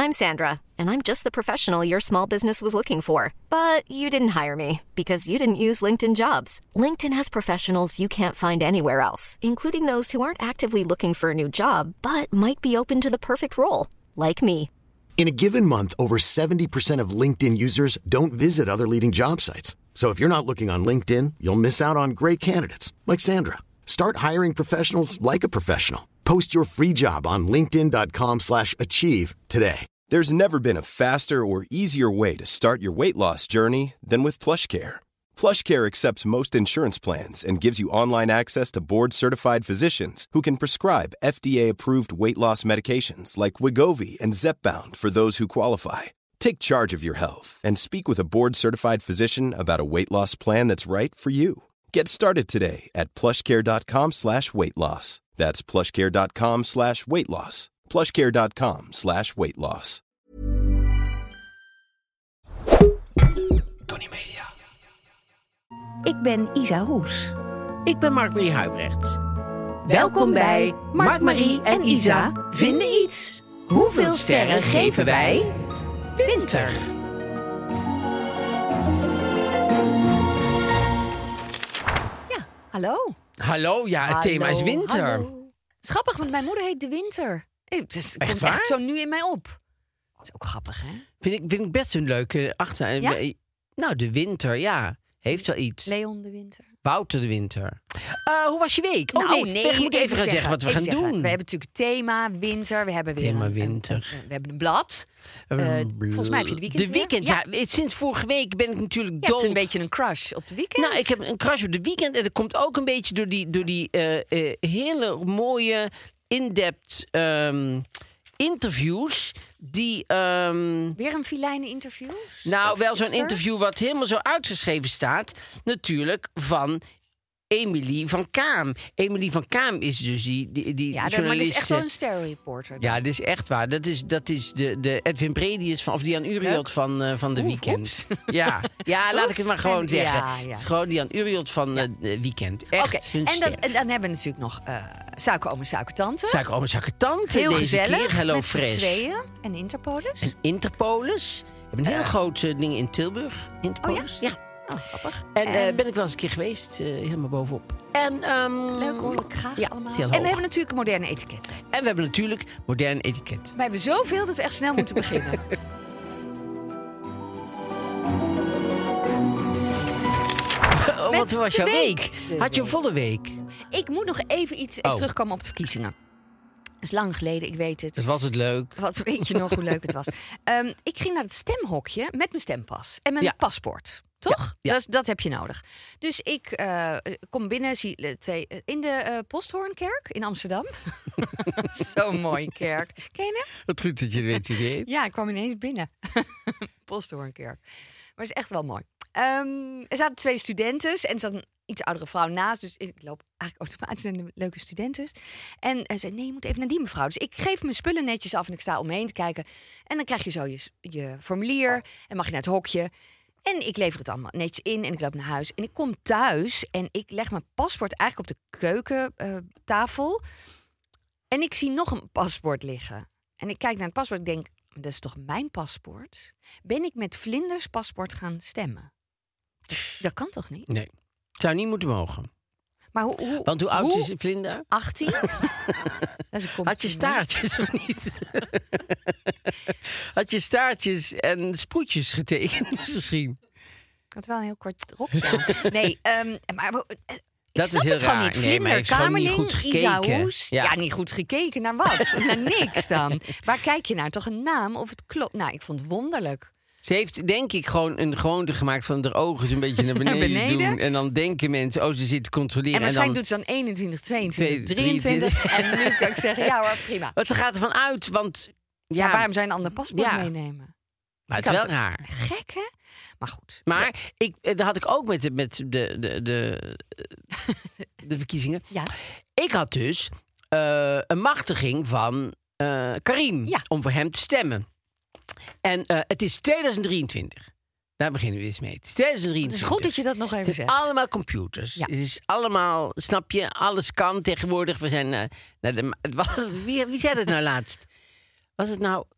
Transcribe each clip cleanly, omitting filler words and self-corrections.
I'm Sandra, and I'm just the professional your small business was looking for. But you didn't hire me because you didn't use LinkedIn Jobs. LinkedIn has professionals you can't find anywhere else, including those who aren't actively looking for a new job, but might be open to the perfect role, like me. In a given month, over 70% of LinkedIn users don't visit other leading job sites. So if you're not looking on LinkedIn, you'll miss out on great candidates like Sandra. Start hiring professionals like a professional. Post your free job on linkedin.com/achieve today. There's never been a faster or easier way to start your weight loss journey than with PlushCare. PlushCare accepts most insurance plans and gives you online access to board-certified physicians who can prescribe FDA-approved weight loss medications like Wegovy and Zepbound for those who qualify. Take charge of your health and speak with a board-certified physician about a weight loss plan that's right for you. Get started today at plushcare.com/weightloss. That's plushcare.com/weightloss. plushcare.com/weightloss. Tony Media. Ik ben Isa Roes. Ik ben Mark-Marie Huibrecht. Welkom bij Mark-Marie en Isa vinden iets. Hoeveel sterren geven wij? Winter. Ja, hallo. Hallo, ja, het thema is winter. Hallo. Grappig, want mijn moeder heet De Winter. Het komt waar? echt zo nu in mij op. Dat is ook grappig, hè? Vind ik best een leuke achter. Ja? Nou, De Winter, ja. Heeft wel iets. Leon De Winter. Wouter De Winter. Hoe was je week? Ik moet even gaan zeggen wat we gaan doen. We hebben natuurlijk thema winter. We hebben weer Thema winter. we hebben een blad. Volgens mij heb je de weekend. De weekend, ja. Sinds vorige week ben ik natuurlijk Je hebt een beetje een crush op de weekend. Nou, ik heb een crush op de weekend. En dat komt ook een beetje door die hele mooie, in-depth interviews. Weer een filijne interviews? Nou, wel zo'n interview wat helemaal zo uitgeschreven staat. Natuurlijk van Emily van Kaam. Emily van Kaam is dus die journalist. Maar dat is echt wel een stereo-reporter. Ja, dat is echt waar. Dat is de Edwin Bredius van, of Dian Uriot van de Weekend. Ja, laat ik het maar gewoon zeggen. Ja. Het is gewoon Dian Uriot van de Weekend. Echt hun ster. En dan hebben we natuurlijk nog Suikeroom en Suikertante. Suikeroom en Suikertante. Heel deze gezellig, keer. Hello met z'n Fresh. tweeën. En Interpolis. En Interpolis. We hebben een heel groot ding in Tilburg. Interpolis. Ja. Oh, grappig. En ben ik wel eens een keer geweest, helemaal bovenop. En, leuk hoor, ik graag allemaal. En we hebben natuurlijk moderne etiketten. En we hebben natuurlijk modern etiket. We hebben zoveel dat we echt snel moeten beginnen. Wat was jouw week? Had je een volle week? Ik moet nog even terugkomen op de verkiezingen. Dat is lang geleden, ik weet het. Dus was het leuk? Wat weet je nog hoe leuk het was? Ik ging naar het stemhokje met mijn stempas en mijn paspoort. Toch? Ja. Dat heb je nodig. Dus ik kom binnen, zie twee in de Posthoornkerk in Amsterdam. Zo'n mooie kerk. Ken je hem? Wat goed dat je weet wie weet. Ja, ik kwam ineens binnen. Posthoornkerk. Maar het is echt wel mooi. Er zaten twee studenten en er zat een iets oudere vrouw naast. Dus ik loop eigenlijk automatisch naar de leuke studenten. En zei, nee, je moet even naar die mevrouw. Dus ik geef mijn spullen netjes af en ik sta om me heen te kijken. En dan krijg je zo je formulier en mag je naar het hokje. En ik lever het allemaal netjes in en ik loop naar huis. En ik kom thuis en ik leg mijn paspoort eigenlijk op de keukentafel. En ik zie nog een paspoort liggen. En ik kijk naar het paspoort en ik denk, dat is toch mijn paspoort? Ben ik met Vlinders paspoort gaan stemmen? Dat kan toch niet? Nee, zou niet moeten mogen. Maar Want hoe oud is Vlinder? 18. Had je staartjes of niet? Had je staartjes en sproetjes getekend misschien? Ik had wel een heel kort rokje aan. Nee, maar... Dat is heel raar. Niet. Vlinder, nee, Kamerling, Isa Roes. Ja, niet goed gekeken. Naar wat? Naar niks dan. Waar kijk je naar? Toch een naam of het klopt? Nou, ik vond het wonderlijk. Ze heeft denk ik gewoon een gewoonte gemaakt van haar ogen een beetje naar beneden doen. En dan denken mensen, ze zit te controleren. En waarschijnlijk doet ze dan 21, 22, 23. En nu kan ik zeggen, ja hoor, prima. Want ze gaat ervan uit, want... Ja, waarom zou je een ander paspoort meenemen? Maar het is wel raar. Gek, hè? Maar goed. Maar dat had ik ook met de verkiezingen. Ja. Ik had dus een machtiging van Karim om voor hem te stemmen. En het is 2023. Daar beginnen we eens mee. Het is 2023. Het is goed dat je dat nog even zegt. Het zijn allemaal computers. Ja. Het is allemaal, snap je, alles kan tegenwoordig. We zijn wie zei het nou laatst? Was het nou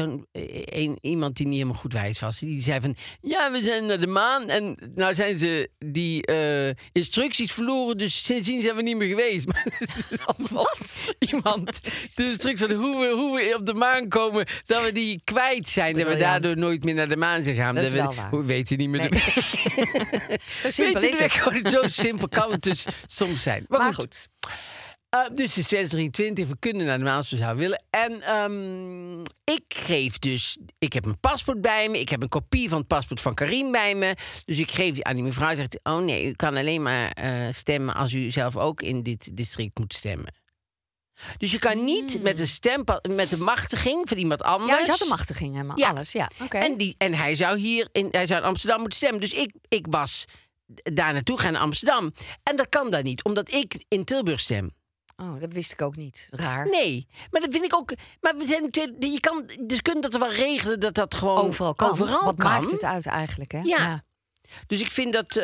iemand die niet helemaal goed wijs was? Die zei van, ja, we zijn naar de maan en nou zijn ze die instructies verloren, dus sindsdien zijn we niet meer geweest. Maar alsof iemand de instructies van hoe we op de maan komen, dat we die kwijt zijn. Dat we daardoor nooit meer naar de maan zijn gaan. Dat is wel waar. We weten niet meer. Zo simpel is het. Zo simpel kan het dus soms zijn. Maar goed. Dus het is 2023, we kunnen naar de maan als we zouden willen. En ik heb een paspoort bij me. Ik heb een kopie van het paspoort van Karim bij me. Dus ik geef die aan die mevrouw. Zegt, oh nee, u kan alleen maar stemmen als u zelf ook in dit district moet stemmen. Dus je kan niet met met de machtiging van iemand anders. Ja, je had een machtiging, helemaal alles. Ja, okay. En hij zou in Amsterdam moeten stemmen. Dus ik was daar naartoe gaan naar Amsterdam. En dat kan dan niet, omdat ik in Tilburg stem. Oh, dat wist ik ook niet. Raar. Nee, maar dat vind ik ook. Maar we zijn je kan dus kunnen dat er wel regelen dat gewoon overal kan. Wat kan. maakt het uit eigenlijk, hè? Ja. Dus ik vind dat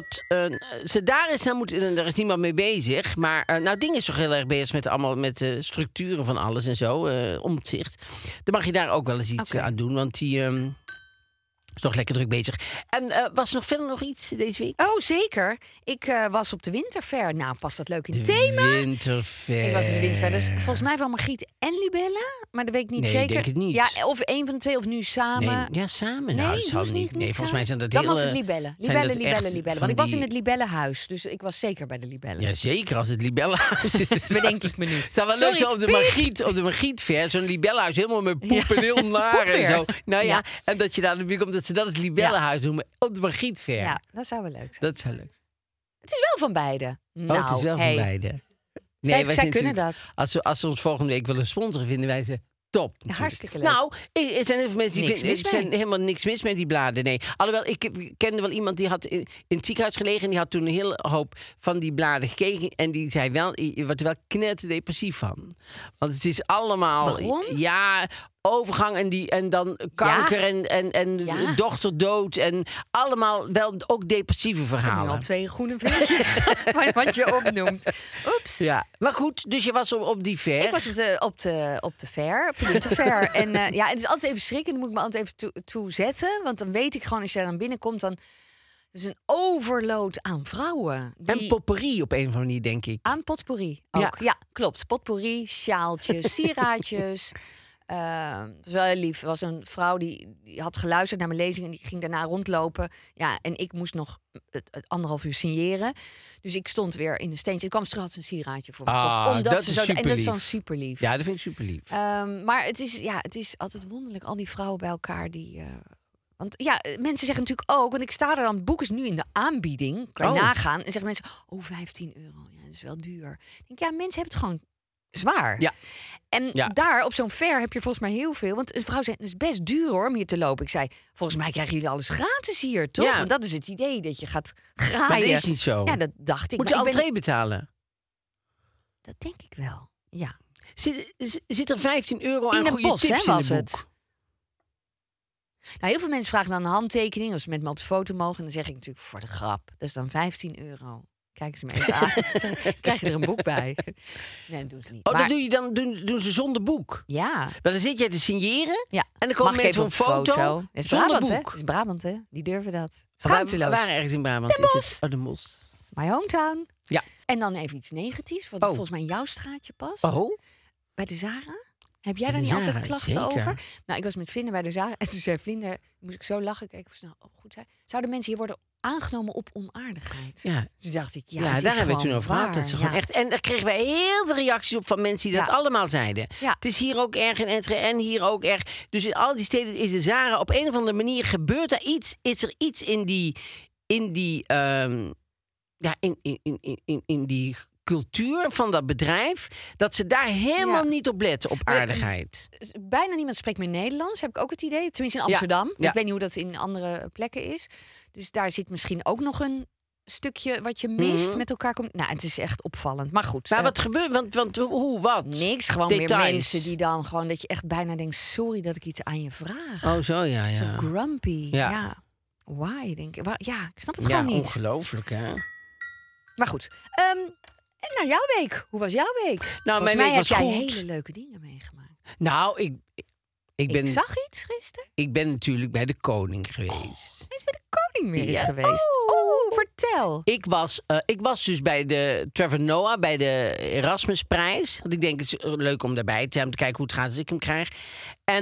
ze daar eens naar moeten. Daar is niemand mee bezig. Maar Ding is toch heel erg bezig met de structuren van alles en zo. Omzicht. Dan mag je daar ook wel eens iets aan doen, want die is toch lekker druk bezig. En was er verder nog iets deze week? Oh, zeker. Ik was op de Winterfair. Nou, past dat leuk in het thema? Winterfair. Ik was op de Winterfair. Dus volgens mij van Margriet en Libelle. Maar dat weet ik niet zeker. Nee, denk het niet. Ja, of een van de twee, of nu samen. Nee, ja, samen. Nee, nou, het zou niet. Nee, volgens mij zijn dat dan hele... was het Libelle. Libelle. Want ik was in het Libellehuis. Dus ik was zeker bij de Libelle. Ja, zeker als het Libellehuis is. Bedenk ik me nu. Het zou wel leuk zijn op de Margrietfair. Zo'n Libellehuis helemaal met poep en heel naar en zo. Nou ja, en dat je daar de komt dat ze dat het Libellehuis noemen op de Margrietfair. Ja, dat zou wel leuk zijn. Dat zou leuk zijn. Het is wel van beide. Nou, het is wel van beide. Nee, zij kunnen dat. Als ze ons volgende week willen sponsoren, vinden wij ze top. Hartstikke leuk. Nou, er zijn heel veel mensen die vinden... Er zijn helemaal niks mis met die bladen, nee. Alhoewel, ik kende wel iemand die had in het ziekenhuis gelegen... en die had toen een hele hoop van die bladen gekeken... en die zei wel, je wordt er wel knetterdepressief van. Want het is allemaal... Waarom? Ja... overgang en dan kanker en dochter dood en allemaal wel ook depressieve verhalen. Nu al 2 groene vinkjes wat je opnoemt. Oeps. Ja, maar goed, dus je was op die fair. Ik was op de fair, op de Winterfair. En het is altijd even schrikken, dan moet ik me altijd even toe zetten, want dan weet ik gewoon als je daar dan binnenkomt dan is een overload aan vrouwen. En potpourri op een of andere manier, denk ik. Aan potpourri ook. Ja, klopt. Potpourri, sjaaltjes, sieraadjes. Het was wel heel lief. Er was een vrouw die had geluisterd naar mijn lezing en die ging daarna rondlopen. Ja, en ik moest nog het 1,5 uur signeren. Dus ik stond weer in een steentje. Ik kwam terug, had een sieraadje voor me gekocht. Omdat dat ze is zo, super en dat is lief. dan super lief. Ja, dat vind ik super lief. Maar het is altijd wonderlijk, al die vrouwen bij elkaar die... Want ja, mensen zeggen natuurlijk ook, want ik sta er dan, het boek is nu in de aanbieding, kan je nagaan. En zeggen mensen, €15. Ja, dat is wel duur. Ik denk, ja, mensen hebben het gewoon zwaar. Ja. En daar op zo'n fair heb je volgens mij heel veel. Want een vrouw zei, het is best duur hoor om hier te lopen. Ik zei, volgens mij krijgen jullie alles gratis hier, toch? Ja. Want dat is het idee, dat je gaat graaien. Maar dat is niet zo. Ja, dat dacht ik. Moet je entree betalen? Dat denk ik wel, ja. Zit er €15 aan in goede bos, tips hè, in was het boek? het. Nou, heel veel mensen vragen dan een handtekening als ze met me op de foto mogen. En dan zeg ik natuurlijk voor de grap. Dat is dan €15. Kijk ze me even aan. Krijg je er een boek bij? Nee, dat doen ze niet. Oh, maar, dat doe je dan doen ze zonder boek? ja. Maar dan zit jij te signeren Ja. en dan komen Mag ik mensen even op een foto Dat is zonder Brabant, hè? boek. Dat is Brabant, hè? Die durven dat. We Schaamteloos. waren ergens in Brabant. De Is Bos. het? Oh, de Mos. My hometown. Ja. En dan even iets negatiefs, wat volgens mij in jouw straatje past. Oh? Bij de Zara. Heb jij Bij daar de niet altijd Zara, klachten zeker. over? Nou, ik was met Vlinder bij de Zara. En toen zei Vlinder, moest ik zo lachen. Kijk of snel goed zijn. Zouden mensen hier worden aangenomen op onaardigheid? Ja. Dus dacht ik, Ja, het is daar hebben we het gewoon toen over gehad. Dat ze waar. gewoon echt. En daar kregen wij heel veel reacties op van mensen die dat allemaal zeiden. Ja. Het is hier ook erg in Enschede en hier ook erg. Dus in al die steden is de Zara op een of andere manier gebeurt er iets. Is er iets in die cultuur van dat bedrijf dat ze daar helemaal niet op letten op aardigheid. Bijna niemand spreekt meer Nederlands, heb ik ook het idee. Tenminste in Amsterdam. Ja. Ik weet niet hoe dat in andere plekken is. Dus daar zit misschien ook nog een stukje wat je mist met elkaar. Nou, het is echt opvallend. Maar goed. Maar wat gebeurt? Want hoe, wat? Niks, gewoon Details. meer mensen die dan gewoon dat je echt bijna denkt, sorry dat ik iets aan je vraag. Oh, zo ja. Zo grumpy. Ja. Ja. Why, denk ik. Ja, ik snap het gewoon niet. Ongelooflijk, hè? Maar goed. En nou, jouw week. Hoe was jouw week? Nou, Volgens mijn mij week heb was jij goed. hele leuke dingen meegemaakt. Nou, ik ben... Ik zag iets gisteren. Ik ben natuurlijk bij de koning geweest. Hij is bij de koning weer eens Ja. geweest. Oh, vertel. Ik was dus bij de Trevor Noah, bij de Erasmusprijs. Want ik denk, het is leuk om daarbij te zijn, om te kijken hoe het gaat als ik hem krijg. En,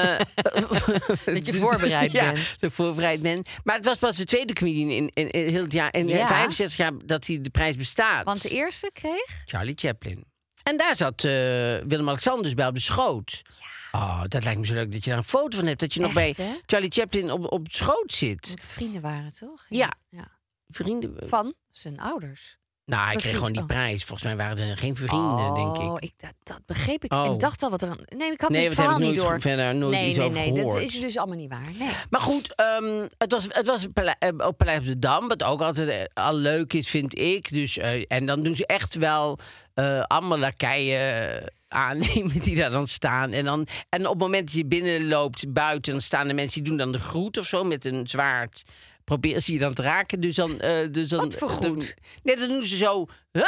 Dat je voorbereid ja, bent. dat ik voorbereid ben. Maar het was pas de tweede comedian in heel het jaar, in Ja. 65 jaar dat hij de prijs bestaat. Want de eerste kreeg... Charlie Chaplin. En daar zat Willem-Alexander dus bij op de schoot. Oh, dat lijkt me zo leuk dat je daar een foto van hebt. Dat je nog Echt, bij hè? Charlie Chaplin op de schoot zit. Want vrienden waren toch? Ja. Vrienden. Van zijn ouders. Nou, hij Een kreeg gewoon vriend, die prijs. Volgens mij waren er geen vrienden, denk ik. Dat begreep ik. Oh. En dacht al wat er... Nee, ik had dus Nee, het wat heb verhaal ik niet nooit door. verder nooit iets over dat gehoord. is dus allemaal niet waar. Nee. Maar goed, het was op Paleis op de Dam. Wat ook altijd al leuk is, vind ik. Dus, en dan doen ze echt wel allemaal lakeien aannemen die daar dan staan. En op het moment dat je binnenloopt buiten, dan staan de mensen die doen dan de groet of zo met een zwaard. Proberen ze je dan te raken. Dus dan, Wat voor groet? Nee, dan doen ze zo.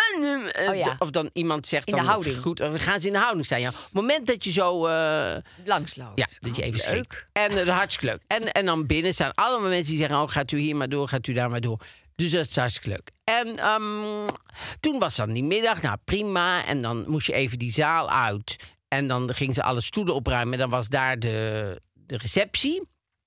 Ja. Of dan iemand zegt In de dan houding. goed. Of dan gaan ze in de houding staan. Ja. Op het moment dat je zo. Langsloopt. Ja, dat je even leuk. schrikt. En hartstikke leuk. En dan binnen staan allemaal mensen die zeggen... oh, gaat u hier maar door, gaat u daar maar door. Dus dat is hartstikke leuk. En toen was dan die middag, nou prima. En dan moest je even die zaal uit. En dan gingen ze alle stoelen opruimen. En dan was daar de receptie.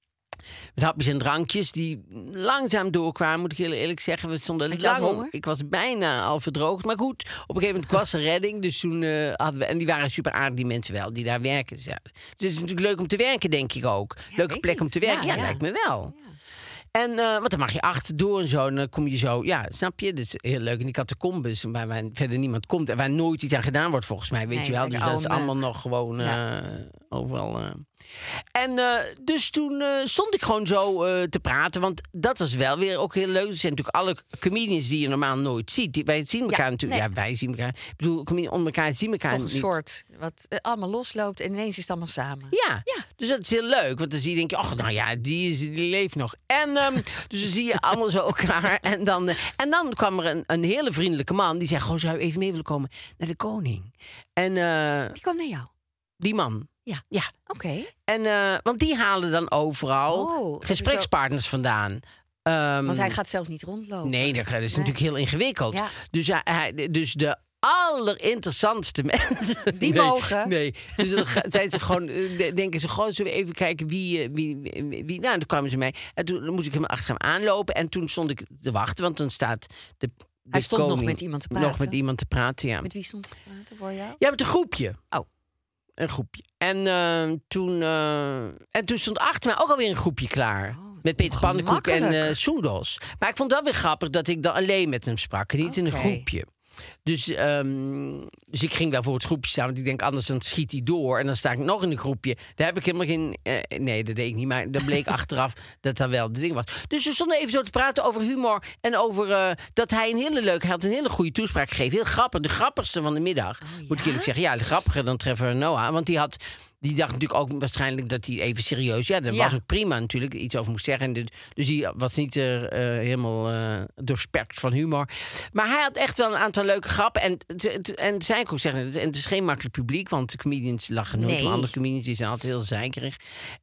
Met hapjes en drankjes die langzaam doorkwamen, moet ik heel eerlijk zeggen. We stonden Had je al lang. honger? Ik was bijna al verdroogd. Maar goed, op een gegeven moment was er redding. Dus toen hadden we... En die waren super aardig, die mensen wel, die daar werken. Dus het is natuurlijk leuk om te werken, denk ik ook. Leuke weet plek om niet. te werken. Ja, Ja. lijkt me wel. En want dan mag je achterdoor en zo. En dan kom je zo, ja, snap je? Dat is heel leuk. En die catacombes, waar verder niemand komt. En waar nooit iets aan gedaan wordt, volgens mij, weet Nee, je wel. lekker Dus dat is oude allemaal nog gewoon Ja. overal. En dus toen stond ik gewoon zo te praten. Want dat was wel weer ook heel leuk. Er zijn natuurlijk alle comedians die je normaal nooit ziet. Wij zien elkaar natuurlijk. nee. Ja, wij zien elkaar. Ik bedoel, comedians onder elkaar zien elkaar Toch een niet. soort wat allemaal losloopt en ineens is het allemaal samen. Ja, dus dat is heel leuk. Want dan zie je, denk je, ach, nou ja, die leeft nog. En dus dan zie je allemaal zo elkaar. En dan kwam er een hele vriendelijke man. Die zei, goh, zou je even mee willen komen naar de koning? En Die kwam naar jou. die man. Ja. Oké. En, want die halen dan overal Oh, gesprekspartners vandaan. Want hij gaat zelf niet rondlopen. Nee, dat is natuurlijk heel ingewikkeld. Ja. Dus de allerinteressantste mensen... Die Nee, mogen. Nee, dus dan zijn ze gewoon... denken ze, gewoon zullen we even kijken wie... Nou, dan kwamen ze mij. En toen moest ik hem achter hem aanlopen. En toen stond ik te wachten, want dan staat de Hij stond nog koning met iemand te praten? Nog met iemand te praten, ja. Met wie stond hij te praten voor jou? Ja, met een groepje. Oh. Een groepje. En toen stond achter mij ook alweer een groepje klaar. Met Peter Pannenkoek en ongemakkelijk. Soendos. Maar ik vond het wel weer grappig dat ik dan alleen met hem sprak. Niet in een Oké. groepje. Dus ik ging wel voor het groepje staan. Want ik denk, anders dan schiet hij door. En dan sta ik nog in een groepje. Daar heb ik helemaal geen... nee, dat deed ik niet. Maar dan bleek achteraf dat dat wel de ding was. Dus we stonden even zo te praten over humor. En over dat hij hij had een hele goede toespraak gegeven. Heel grappig. De grappigste van de middag. Moet ik eerlijk zeggen. Ja, de grappiger dan Trevor Noah. Want die dacht natuurlijk ook waarschijnlijk dat hij even serieus... Ja, dat was ook prima natuurlijk, iets over moest zeggen. En dus hij was niet helemaal doorspekt van humor. Maar hij had echt wel een aantal leuke grappen. En zei ik ook zeggen, en het is geen makkelijk publiek... want de comedians lachen nooit. Nee. Maar andere comedians die zijn altijd heel zeikerig.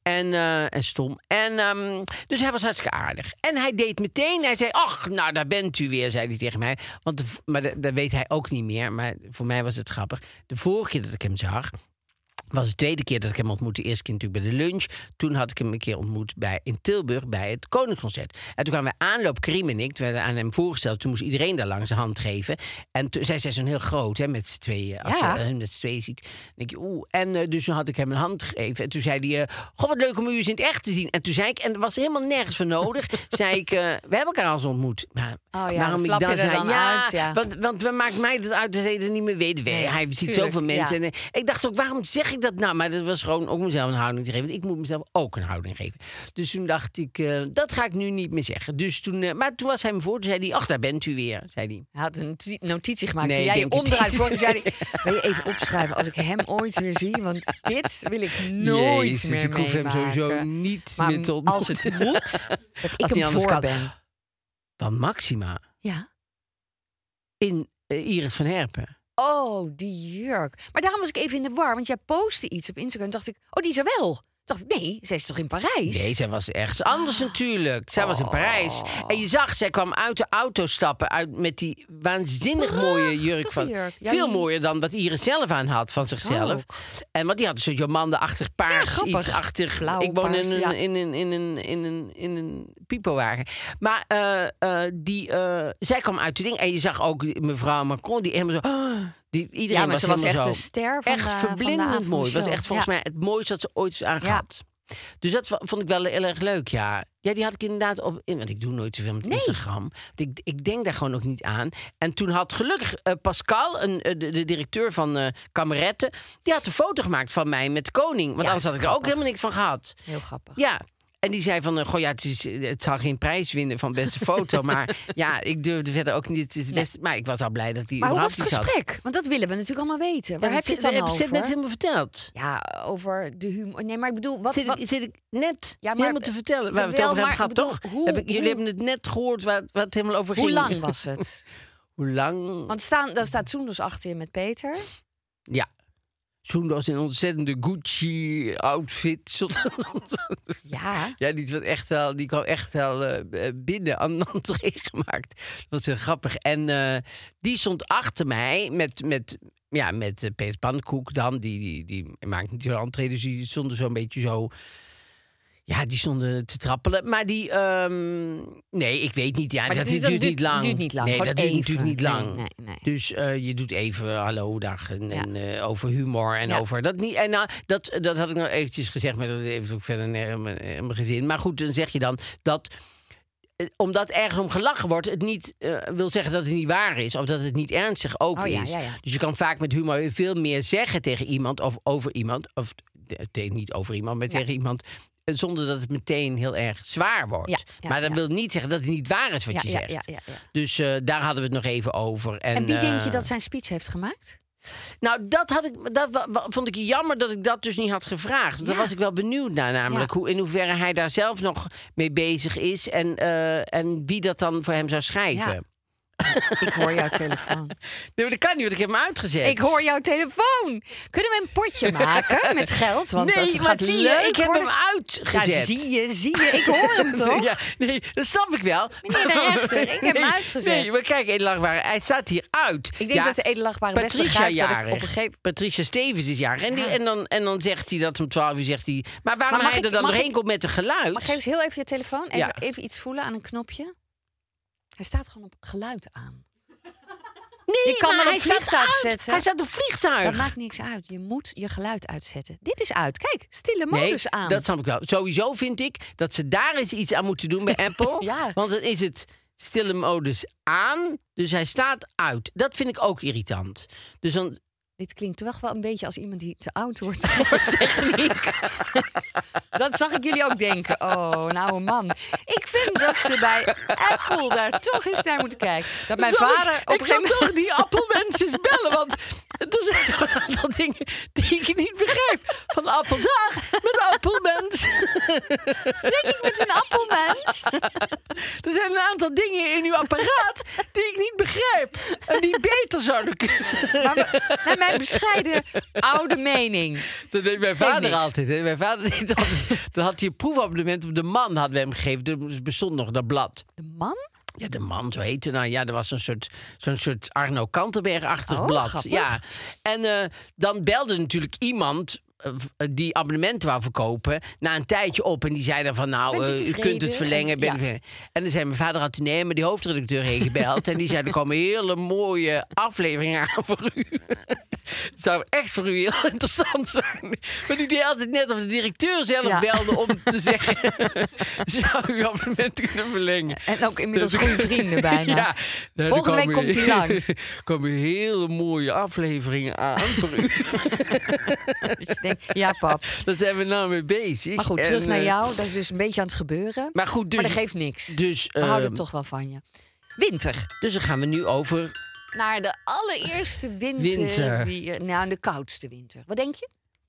En stom. Dus hij was hartstikke aardig. En hij deed meteen, hij zei... ach, nou, daar bent u weer, zei hij tegen mij. Maar dat weet hij ook niet meer. Maar voor mij was het grappig. De vorige keer dat ik hem zag... was de tweede keer dat ik hem ontmoette. De eerste keer natuurlijk bij de lunch. Toen had ik hem een keer ontmoet in Tilburg bij het Koningsconcert. En toen kwamen wij aanloop, Karim en ik. Toen werden aan hem voorgesteld. Toen moest iedereen daar langs de hand geven. En zij zijn zo'n heel groot, hè, met z'n tweeën. Als je hem met z'n tweeën ziet, dan denk je, oeh. En dus toen had ik hem een hand gegeven. En toen zei hij, goh, wat leuk om u eens in het echt te zien. En toen zei ik, en er was helemaal nergens voor nodig. zei ik, we hebben elkaar al eens ontmoet. Maar waarom ik dan zei, want we maakt mij dat uit dat hij het niet meer weet. Hij ziet tuurlijk, zoveel mensen. ja. En ik dacht ook, waarom zeg ik dat nou? Maar dat was gewoon ook mezelf een houding te geven. Want ik moet mezelf ook een houding geven. Dus toen dacht ik, dat ga ik nu niet meer zeggen. Dus maar toen was hij me voor. Toen zei hij, ach, daar bent u weer, zei hij. Hij had een notitie gemaakt. Nee, Toen jij je denk het omdraait niet. voor je zei hij... Wil je even opschrijven als ik hem ooit weer zie? Want dit wil ik nooit Jezus, meer ik hoef hem meemaken. sowieso niet Maar meer te ontmoeten. als het moet, dat ik Als niet hem anders voor kan. ben. Dan Maxima Ja. in Iris van Herpen. Oh, die jurk. Maar daarom was ik even in de war. Want jij postte iets op Instagram. Dacht ik, oh, die is er wel. Dacht ik, nee, zij is toch in Parijs? Nee, zij was ergens anders natuurlijk. Zij was in Parijs. En je zag, zij kwam uit de auto stappen met die waanzinnig mooie jurk. jurk. Ja, veel mooier dan wat Iris zelf aan had van zichzelf. Oh. En want die had een soort Jomanda-achtig paars. Ja, iets achtig. Blauw, ik woon paars, in een pipowagen. Maar zij kwam uit de ding. En je zag ook mevrouw Macron, die helemaal zo... Iedereen maar was ze was echt helemaal een zo. ster van echt de verblindend van de mooi. Het was avondshow. echt volgens mij het mooiste dat ze ooit is aangehad. Dus dat vond ik wel heel erg leuk, ja. Ja, die had ik inderdaad want ik doe nooit zoveel met Instagram. Ik denk daar gewoon ook niet aan. En toen had gelukkig Pascal, de directeur van Kameretten... die had een foto gemaakt van mij met de koning. Want anders had ik er ook helemaal niks van gehad. Heel grappig. Ja. En die zei van, het zal geen prijs winnen van beste foto. Maar ja, ik durfde verder ook niet. Het is best, maar ik was al blij dat die Maar hoe was het überhaupt iets gesprek? Want dat willen we natuurlijk allemaal weten. Waar had. heb je het dan Heb over? ik net helemaal verteld. Ja, over de humor. Nee, maar ik bedoel... Wat, Zit ik net Ja, maar- helemaal te vertellen waar we het Wel, over hebben maar gehad, ik bedoel, toch? hoe- Jullie hebben het net gehoord waar het helemaal over ging. Hoe lang was het? Hoe lang? Want daar staat Soendos achter je met Peter. Ja. Soendos in een ontzettende Gucci-outfit. Ja. Ja, die kwam echt wel binnen aan de entree gemaakt. Dat was heel grappig. En die stond achter mij met Peter Pannenkoek dan. Die maakt niet zo'n entree, dus die stonden zo'n beetje zo... Ja, die stonden te trappelen. Maar nee, ik weet niet. Ja, Maar dat dat duurt niet lang. duurt niet lang. Nee, Gewoon dat duurt even. natuurlijk niet lang. Nee. Dus je doet even hallo, dag en over humor en Ja. over dat niet. En nou, dat had ik nog eventjes gezegd, maar dat heeft ook verder in mijn gezin. Maar goed, dan zeg je dan dat... Omdat ergens om gelachen wordt, het niet wil zeggen dat het niet waar is. Of dat het niet ernstig ook is. Ja. Dus je kan vaak met humor veel meer zeggen tegen iemand of over iemand. Of niet over iemand, maar tegen iemand. Zonder dat het meteen heel erg zwaar wordt. Maar dat wil niet zeggen dat het niet waar is wat je zegt. Ja. Dus daar hadden we het nog even over. En wie denk je dat zijn speech heeft gemaakt? Nou, vond ik jammer dat ik dat dus niet had gevraagd. Want daar was ik wel benieuwd naar, namelijk in hoeverre hij daar zelf nog mee bezig is en wie dat dan voor hem zou schrijven. Ja. Ik hoor jouw telefoon. Nee, maar dat kan niet, want ik heb hem uitgezet. Ik hoor jouw telefoon. Kunnen we een potje maken met geld? Want nee, het maar gaat zie leuk je, ik heb worden. hem uitgezet. Ja, zie je. Ik hoor hem toch? Ja, nee, dat snap ik wel. Meneer de Hester, ik heb hem uitgezet. Nee, maar kijk, edelachtbare, hij staat hier uit. Ik denk dat de edelachtbare best Patricia begrijpt dat ik jarig. op een gegeven... Patricia Stevens is jarig. En dan zegt hij dat om 12 uur zegt hij... Maar waarom Maar mag hij ik- er dan mag doorheen ik- komt met een geluid? Maar geef eens heel even je telefoon. Ja. Even iets voelen aan een knopje. Hij staat gewoon op geluid aan. Nee, Je kan maar wel hij op staat vliegtuig uit. zetten. Hij staat op vliegtuig. Dat maakt niks uit. Je moet je geluid uitzetten. Dit is uit. Kijk, stille modus aan. Dat snap ik wel. Sowieso vind ik dat ze daar eens iets aan moeten doen bij Apple. Ja. Want dan is het stille modus aan, dus hij staat uit. Dat vind ik ook irritant. Dus dan... Dit klinkt toch wel een beetje als iemand die te oud wordt voor techniek. Dat zag ik jullie ook denken. Oh, nou een man. Ik vind dat ze bij Apple daar toch eens naar moeten kijken. Dat mijn vader op Ik een zal gegeven moment... toch die Apple-mensen eens bellen, want er zijn nog een aantal dingen die ik niet begrijp. Van Appeldag met Appelmens. Spreek ik met een appelmens? Er zijn een aantal dingen in uw apparaat die ik niet begrijp. En die beter zouden kunnen. Maar naar mijn bescheiden oude mening. Dat deed mijn vader niks. altijd. Hè. Mijn vader deed altijd. Dan had hij een proefabonnement op De Man, hadden we hem gegeven. Er bestond nog dat blad. De man? Ja, De Man, zo heette. Nou ja, er was zo'n soort Arno Kantenberg-achtig Oh, blad. grappig. Ja. En dan belde natuurlijk iemand die abonnementen wou verkopen na een tijdje op. En die zei dan van, nou, Bent u u tevreden? kunt het verlengen. Ja. En dan zei mijn vader, had nee, maar die hoofdredacteur heen gebeld. En die zei, er komen hele mooie afleveringen aan voor u. Het zou echt voor u heel interessant zijn. Maar die deed altijd net of de directeur zelf belde om te zeggen... zou u abonnement kunnen verlengen? En ook inmiddels goede vrienden bijna. Ja, Volgende week komt hij langs. Er komen hele mooie afleveringen aan voor u. Dus je denkt, ja pap. Daar zijn we nou mee bezig. Maar goed, terug naar jou. Dat is dus een beetje aan het gebeuren. Maar goed, dus... Maar dat geeft niks. Dus, We houden toch wel van je. Winter. Dus dan gaan we nu over... Naar de allereerste winter. Nou, de koudste winter. Wat denk je?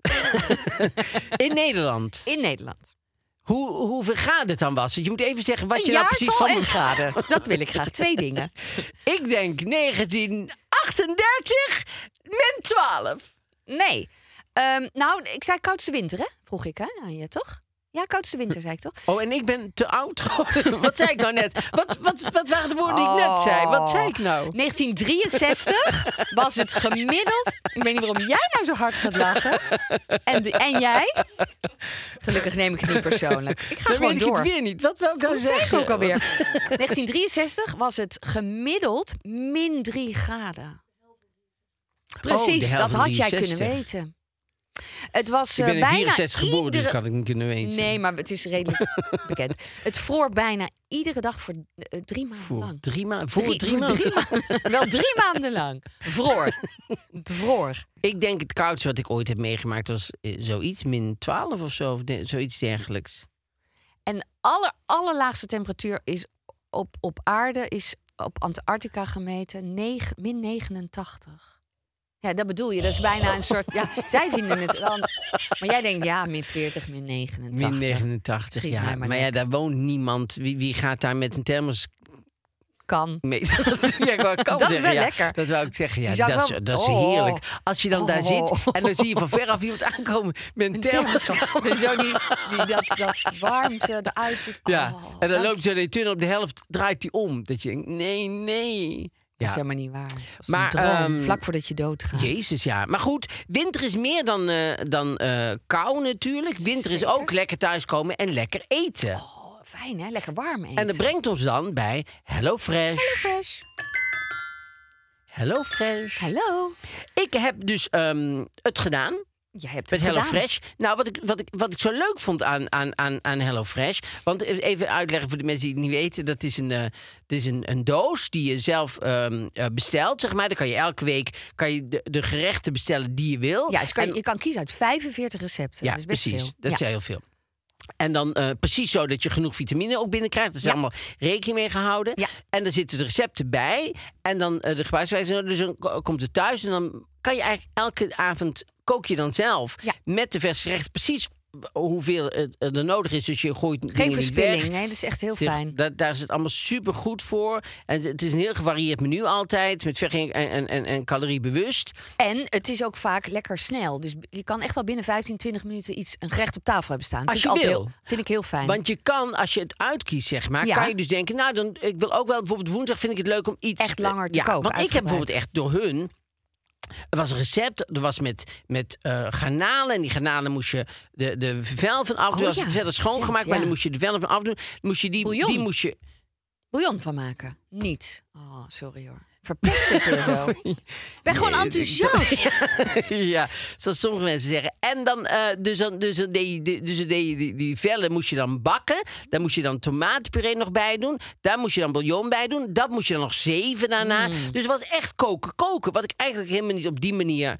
In Nederland. In Nederland. Hoeveel graden het dan was? Want je moet even zeggen wat je Een nou precies jaartal van en graden. Dat wil ik graag. 2 dingen. Ik denk 1998. 38, min 12. Nee. Nou, ik zei koudste winter, hè? Vroeg ik, hè? Aan je, toch? Ja, koudste winter, zei ik toch? Oh, en ik ben te oud geworden. Wat zei ik nou net? Wat waren de woorden die ik net zei? Wat zei ik nou? 1963 was het gemiddeld... Ik weet niet waarom jij nou zo hard gaat lachen. En jij? Gelukkig neem ik het niet persoonlijk. Ik ga Dan gewoon weet ik door. het weer niet. Wat wil ik nou Dat zei ik zeggen? ook alweer. 1963 was het gemiddeld min 3 graden. Precies, de helft dat van had jij 63. kunnen weten. Het was Ik ben in bijna 64 geboren, dus iedere... ik had het niet kunnen weten. Nee, maar het is redelijk bekend. Het vroor bijna iedere dag voor 3 maanden Voor lang. 3 maanden? Voor 3 voor maanden? Wel 3 maanden lang. Vroor. Het vroor. Ik denk het koudste wat ik ooit heb meegemaakt was zoiets, min 12 of zo. Of zoiets dergelijks. En allerlaagste temperatuur is op aarde is op Antarctica gemeten min 89. Ja, dat bedoel je. Dat is bijna een soort... Ja, zij vinden het dan... Maar jij denkt, ja, min 40, min 89. Min 89, Schiet ja. mij Maar maar ja, nek. daar woont niemand. Wie gaat daar met een thermos Kan. meten? Ja, ik wou kan Dat is zeggen, wel ja. lekker. Dat wou ik zeggen, ja. Die zou Dat, wel- dat is Oh. heerlijk. Als je dan daar zit en dan zie je van veraf iemand aankomen met een thermos. Dus zo dat warmte eruit zit. Ja, Oh, en dan dank loopt zo de tunnel op de helft, draait die om. Dat je denkt, nee. Dat is Ja. helemaal niet waar. Dat is Maar, een droom, vlak voordat je doodgaat. Jezus, ja. Maar goed, winter is meer dan kou natuurlijk. Winter is Zeker. ook lekker thuiskomen en lekker eten. Oh, fijn hè, lekker warm eten. En dat brengt ons dan bij HelloFresh. Fresh. HelloFresh. Hallo. Ik heb dus het gedaan. Jij hebt Met het gedaan. HelloFresh. Nou, wat ik zo leuk vond aan HelloFresh. Want even uitleggen voor de mensen die het niet weten. Dat is een doos die je zelf bestelt. Zeg maar. Dan kan je elke week de gerechten bestellen die je wil. Ja, dus je kan kiezen uit 45 recepten. Ja, dat is best precies. veel. Dat is heel veel. En dan precies zo dat je genoeg vitamine ook binnenkrijgt. Daar is Ja. allemaal rekening mee gehouden. Ja. En dan zitten de recepten bij. En dan de gebruikswijze. Dus dan komt het thuis. En dan kan je eigenlijk elke avond kook je dan zelf. Ja. Met de verse gerechten precies hoeveel er nodig is. Dus je gooit Geen dingen niet verspilling. weg. Nee, dat is echt heel Zeg, fijn. Daar is het allemaal super goed voor. En het is een heel gevarieerd menu altijd. Met verging en caloriebewust. En het is ook vaak lekker snel. Dus je kan echt wel binnen 15, 20 minuten een gerecht op tafel hebben staan. Als Vind ik je altijd wil. vind ik heel fijn. Want je kan, als je het uitkiest, zeg maar, Ja. kan je dus denken, nou, dan, ik wil ook wel bijvoorbeeld woensdag vind ik het leuk om iets Echt langer te koken, Want ik heb uitgebreid. bijvoorbeeld echt door hun. Er was een recept, er was met garnalen. En die garnalen moest je de vel van afdoen. Oh Was ja, verder schoongemaakt, stimmt, maar ja. dan moest je de vel van afdoen. Dan moest je Bouillon. die moest je... Bouillon van maken. Niet. Oh, sorry hoor. Verpest het weer zo. Ik ben gewoon enthousiast. Ja, zoals sommige mensen zeggen. En dan, dus dan deed je die vellen moest je dan bakken. Daar moest je dan tomatenpuree nog bij doen. Daar moest je dan bouillon bij doen. Dat moest je dan nog zeven daarna. Dus het was echt koken. Wat ik eigenlijk helemaal niet op die manier...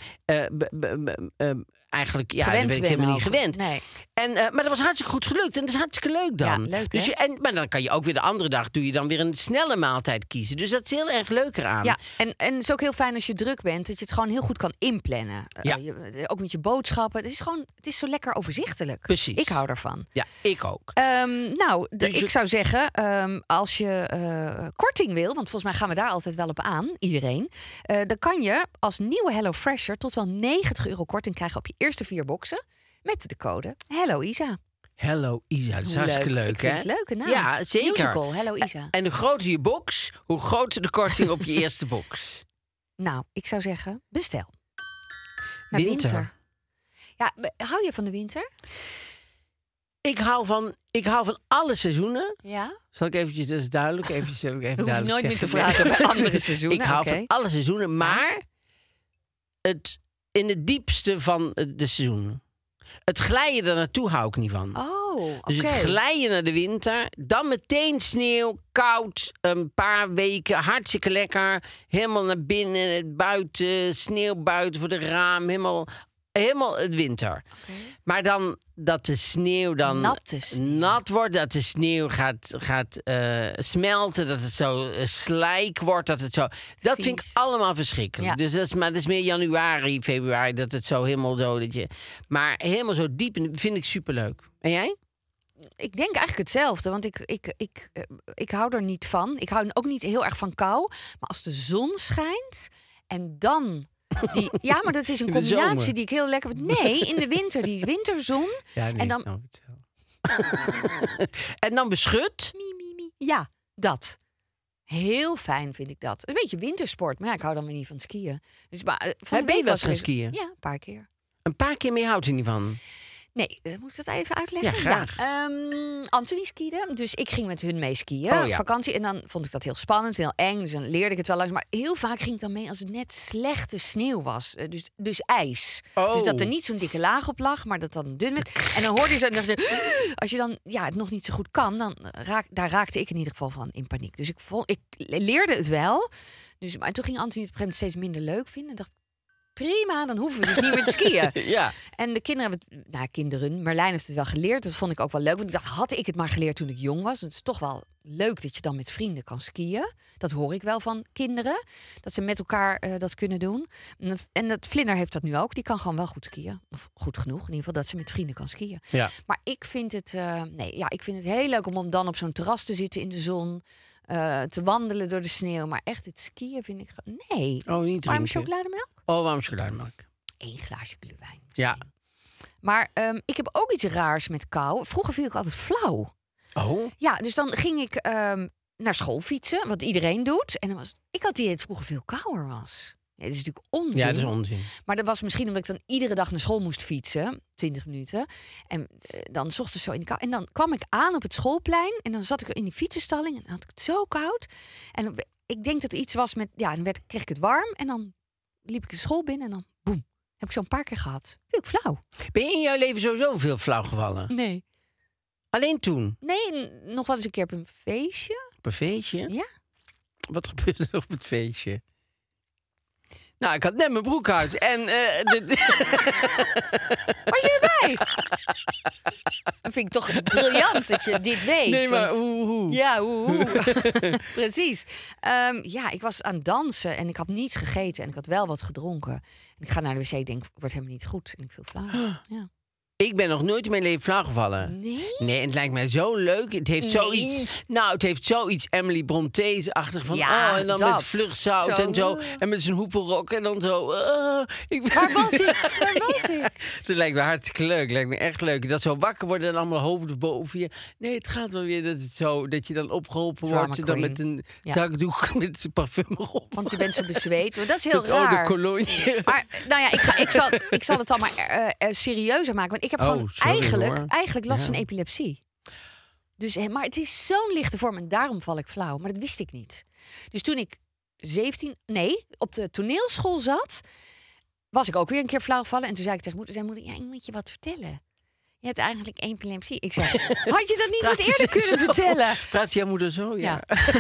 eigenlijk, ja, Gewend dat ben ik ben helemaal niet ook. gewend. Nee. Maar dat was hartstikke goed gelukt. En dat is hartstikke leuk dan. Ja, leuk, dus hè? maar dan kan je ook weer de andere dag... doe je dan weer een snelle maaltijd kiezen. Dus dat is heel erg leuk eraan. Ja, en het is ook heel fijn als je druk bent, dat je het gewoon heel goed kan inplannen. Ja. Ook met je boodschappen. Het is zo lekker overzichtelijk. Precies. Ik hou ervan. Ja, ik ook. Ik zou zeggen, als je korting wil, want volgens mij gaan we daar altijd wel op aan, iedereen. Dan kan je als nieuwe HelloFresher tot wel €90 korting krijgen op je eerste 4 boxen. Met de code HelloIsa. Hello Isa, dat is Hoe hartstikke leuk, Ik vind hè? het leuke naam. Ja, zeker. Musical, Hello Isa. En hoe groter je box, hoe groter de korting op je eerste box. Nou, ik zou zeggen, bestel. Winter. Ja, hou je van de winter? Ik hou van alle seizoenen. Ja. Zal ik eventjes, dat is duidelijk. Eventjes, even Je hoeft duidelijk nooit meer te zeggen. vragen bij andere seizoenen. Ik hou Oké. van alle seizoenen, maar in het diepste van de seizoenen. Het glijden er naartoe hou ik niet van. Oh, oké. Dus het glijden naar de winter, dan meteen sneeuw, koud, een paar weken, hartstikke lekker. Helemaal naar binnen, buiten, sneeuw buiten voor de raam, helemaal het winter. Oké. Maar dan dat de sneeuw dan Natte sneeuw. nat wordt, dat de sneeuw gaat smelten, dat het zo slijk wordt, dat het zo. Dat vind ik Vies. allemaal verschrikkelijk. Ja. Dus dat is meer januari, februari, dat het zo helemaal zo dat je. Maar helemaal zo diep vind ik superleuk. En jij? Ik denk eigenlijk hetzelfde, want ik hou er niet van. Ik hou ook niet heel erg van kou. Maar als de zon schijnt En dan... Ja, maar dat is een In de combinatie zomer. die ik heel lekker vind. Nee, in de winter, die winterzon. Ja, nee, en dan... ik snap het wel. En dan beschut? Ja, dat. Heel fijn vind ik dat. Een beetje wintersport, maar ja, ik hou dan weer niet van skiën. Dus, maar, van de Ben je week wel eens was gaan er- skiën? Ja, een paar keer. Een paar keer mee houdt hij niet van. Nee, moet ik dat even uitleggen? Ja, graag. Anthony skiede, dus ik ging met hun mee skiën. Oh, ja. Vakantie. En dan vond ik dat heel spannend, heel eng. Dus dan leerde ik het wel langs. Maar heel vaak ging ik dan mee als het net slechte sneeuw was. Dus ijs. Oh. Dus dat er niet zo'n dikke laag op lag, maar dat dan dun werd. En dan hoorde je zo... En dan dacht je, als je dan het nog niet zo goed kan, dan daar raakte ik in ieder geval van in paniek. Dus ik leerde het wel. Dus, maar toen ging Anthony het op een gegeven moment steeds minder leuk vinden. En dacht, prima, dan hoeven we dus niet meer te skiën. Ja. En de kinderen hebben het, kinderen, Merlijn heeft het wel geleerd. Dat vond ik ook wel leuk. Want ik dacht, had ik het maar geleerd toen ik jong was. Het is toch wel leuk dat je dan met vrienden kan skiën. Dat hoor ik wel van kinderen. Dat ze met elkaar dat kunnen doen. En dat Vlinder heeft dat nu ook. Die kan gewoon wel goed skiën. Of goed genoeg, in ieder geval dat ze met vrienden kan skiën. Ja. Maar ik vind het, ik vind het heel leuk om dan op zo'n terras te zitten in de zon. Te wandelen door de sneeuw. Maar echt het skiën vind ik... Nee. Oh, niet Warme drinken. chocolademelk? Oh, warm chocolademelk. 1 glaasje glühwein. Ja. Maar ik heb ook iets raars met kou. Vroeger viel ik altijd flauw. Oh? Ja, dus dan ging ik naar school fietsen, wat iedereen doet. En ik had het idee dat het vroeger veel kouder was. Ja, dat is natuurlijk onzin. Ja, dat is onzin. Maar dat was misschien omdat ik dan iedere dag naar school moest fietsen. 20 minuten. En dan 's ochtends zo in de kou. En dan kwam ik aan op het schoolplein. En dan zat ik in die fietsenstalling. En dan had ik het zo koud. En ik denk dat er iets was met... Ja, dan kreeg ik het warm. En dan liep ik de school binnen. En dan boem. Heb ik zo een paar keer gehad. Viel ik flauw. Ben je in jouw leven sowieso veel flauw gevallen? Nee. Alleen toen? Nee, nog wel eens een keer op een feestje. Op een feestje? Ja. Wat gebeurde er op het feestje? Nou, ik had net mijn broek uit en... Was je erbij? Dat vind ik toch briljant dat je dit weet. Nee, maar want- hoe? Ja, hoe. Precies. Ik was aan het dansen en ik had niets gegeten en ik had wel wat gedronken. En ik ga naar de wc, denk, wordt helemaal niet goed. En ik viel flauw. Ja. Ik ben nog nooit in mijn leven flauw gevallen. Nee? Nee, en het lijkt mij zo leuk. Het heeft zoiets... Nou, het heeft zoiets Emily Bronte's-achtig van... Ja, en dan dat. met vluchtzout Zo. en zo. En met zijn hoepelrok en dan zo... Waar was ik? Waar was ik? Dat lijkt me hartstikke leuk. Lijkt me echt leuk. Dat zo wakker worden en allemaal hoofden boven je. Nee, het gaat wel weer dat je dan opgeholpen Drama wordt. Dan queen. met een Ja. zakdoek met parfum erop. Want je bent zo bezweet. Dat is heel Met eau de raar. cologne. Maar nou ja, ik zal het dan maar serieuzer maken. Want ik heb gewoon sorry, hoor. eigenlijk last Ja. van epilepsie. Dus, maar het is zo'n lichte vorm en daarom val ik flauw. Maar dat wist ik niet. Dus toen ik op de toneelschool zat, was ik ook weer een keer flauw gevallen. En toen zei ik tegen moeder, ja, ik moet je wat vertellen. Je hebt eigenlijk epilepsie. Ik zei, had je dat niet wat eerder kunnen vertellen? Praat jouw moeder zo? Ja.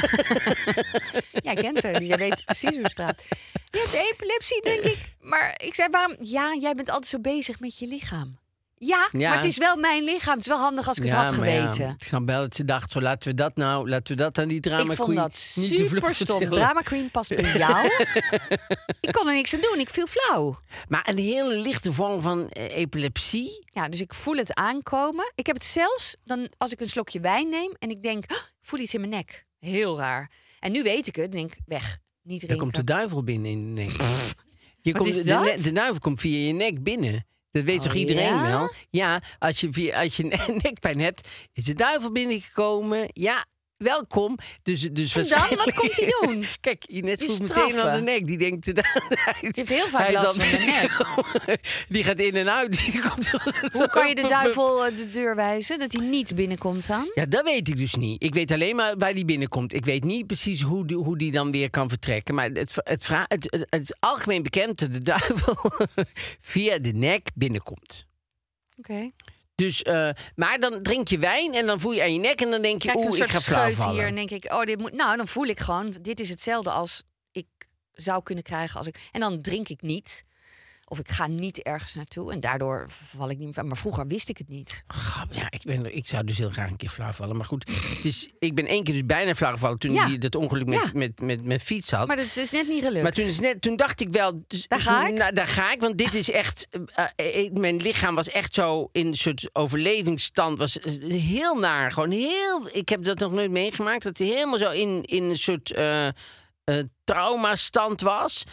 Jij kent haar, jij weet precies hoe ze praat. Je hebt epilepsie, denk ik. Maar ik zei, waarom? Ja, jij bent altijd zo bezig met je lichaam. Ja, Ja. maar het is wel mijn lichaam. Het is wel handig als ik het had maar ja, geweten. ik snap wel dat ze dacht, zo laten we dat aan die drama Ik vond queen dat niet te vlug super stom. vertellen. Drama queen past bij jou. Ik kon er niks aan doen. Ik viel flauw. Maar een hele lichte vorm van epilepsie. Ja, dus ik voel het aankomen. Ik heb het zelfs dan als ik een slokje wijn neem en ik denk, ik voel iets in mijn nek. Heel raar. En nu weet ik het. Denk weg. Niet Daar drinken. komt de duivel binnen in de nek. Wat is de, dat? de duivel komt via je nek binnen. Dat weet toch iedereen ja? wel? Ja, als je nekpijn hebt, is de duivel binnengekomen. Ja, welkom. Dus En dan? waarschijnlijk... Wat komt hij doen? Kijk, Inet Je voelt meteen straffen. aan de nek. Die denkt... Die heeft heel vaak last van de nek. Die gaat in en uit. Die komt Hoe kan je de duivel de deur wijzen? Dat hij niet binnenkomt dan? Ja, dat weet ik dus niet. Ik weet alleen maar waar die binnenkomt. Ik weet niet precies hoe die dan weer kan vertrekken. Maar het is algemeen bekend dat de duivel via de nek binnenkomt. Oké. Dus, maar dan drink je wijn en dan voel je aan je nek en dan denk je, Kijk, een ik soort ga flauw scheut vallen. hier en denk ik, dit moet. Nou, dan voel ik gewoon, dit is hetzelfde als ik zou kunnen krijgen als ik. En dan drink ik niet. Of ik ga niet ergens naartoe en daardoor val ik niet meer. Maar vroeger wist ik het niet. Grap, ja, ik zou dus heel graag een keer flauw vallen. Maar goed, dus, ik ben 1 keer dus bijna flauw gevallen toen Ja. hij dat ongeluk met fiets had. Maar dat is net niet gelukt. Maar toen dacht ik wel... Dus, Daar ga ik? Nou, daar ga ik, want dit is echt... mijn lichaam was echt zo in een soort overlevingsstand. Was heel naar. Gewoon heel... Ik heb dat nog nooit meegemaakt. Dat hij helemaal zo in een soort traumastand was.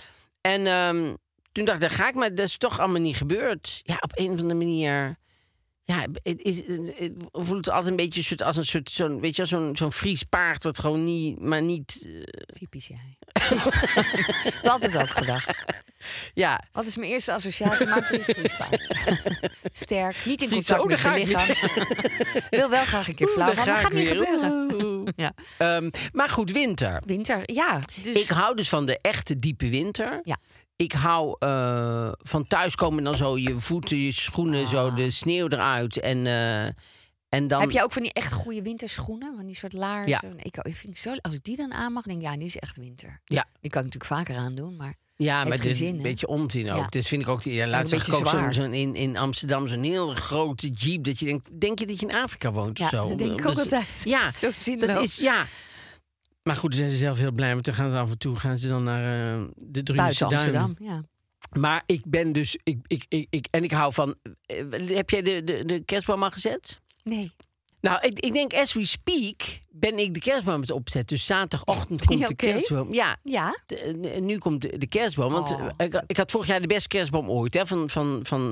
En toen dacht ik, daar ga ik, maar dat is toch allemaal niet gebeurd. Ja, op een of andere manier. Ja, het voelt altijd een beetje soort als een soort zo'n, weet je, zo'n Fries paard wat gewoon niet. Typisch jij. Ik had het ook gedacht. Ja. Wat is mijn eerste associatie? Maak een vriespaard. Sterk, niet in Fries, contact met daar zijn ga ik lichaam. Wil wel graag een keer flauw gaan, maar gaat niet gebeuren. Ja. Maar goed, winter. Winter, ja. Dus... Ik hou dus van de echte diepe winter. Ja. Ik hou van thuiskomen, dan zo je voeten, je schoenen, zo de sneeuw eruit. En dan... Heb jij ook van die echt goede winterschoenen? Van die soort laarzen? Ja. Ik vind zo, als ik die dan aan mag, denk ik, ja, die is echt winter. Ja. Die kan ik natuurlijk vaker aandoen, maar Ja, maar heeft het geen is zin, een hè? beetje onzin ook. Ja. Dus vind ik ook, een laatst zag ik beetje ook zwaar. zo'n in Amsterdam zo'n heel grote jeep. Dat je denkt, denk je dat je in Afrika woont Ja, of zo? dat denk ik ook Dus- altijd. Ja, Zo zinloos. dat is, ja. Maar goed, daar zijn ze zelf heel blij. Want dan gaan ze af en toe dan naar de Drunense Buiten Duinen. Amsterdam, ja. Maar ik ben dus... Ik hou van... heb jij de kerstboom al gezet? Nee. Nou, ik denk, as we speak, ben ik de kerstboom aan het opzetten. Dus zaterdagochtend komt de Oké. kerstboom. Ja, Ja? nu komt de kerstboom. Want Oh. ik had vorig jaar de beste kerstboom ooit. Hè, van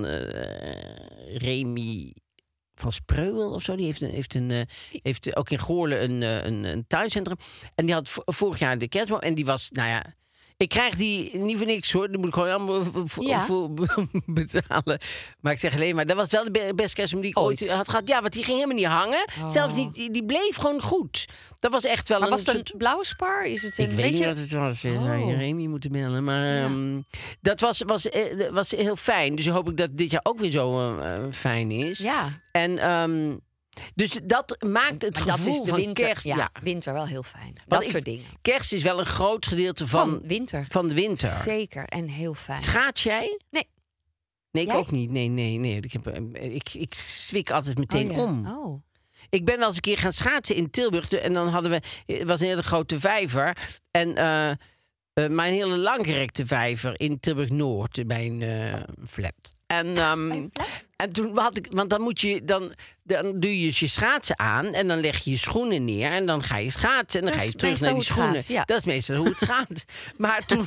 Remy van Spreuwel of zo. Die heeft ook in Goorlen een tuincentrum. En die had vorig jaar de kerstboom. En die was, nou ja... Ik krijg die niet voor niks hoor. Die moet ik gewoon allemaal voor betalen. Maar ik zeg alleen maar, dat was wel de beste kerstboom die ik ooit had gehad. Ja, want die ging helemaal niet hangen. Zelfs niet, die bleef gewoon goed. Dat Dat was echt wel maar een was het soort... een blauwe spar? Is het een, Ik weet niet wat het was. Oh. Remy moeten bellen. Maar Ja. dat was heel fijn. Dus hoop ik dat dit jaar ook weer zo fijn is. Ja. En dus dat maakt het Maar gevoel dat is de van winter. kerst. Ja, winter wel heel fijn. Want Dat ik- soort dingen. Kerst is wel een groot gedeelte Van winter. van de winter. Zeker. En heel fijn. Schaats jij? Nee. Nee, ik Jij? ook niet. Nee. Ik zwik altijd meteen Oh, ja. om. Oh. Ik ben wel eens een keer gaan schaatsen in Tilburg. En dan hadden we... Het was een hele grote vijver. En maar een hele langgerekte vijver in Tilburg-Noord. Bij een flat. En toen had ik... Want dan moet je... Dan doe je je schaatsen aan. En dan leg je je schoenen neer. En dan ga je schaatsen. En dan Dat ga je is terug naar die meestal hoe het schoenen. gaat, ja. Dat is meestal hoe het gaat. Maar toen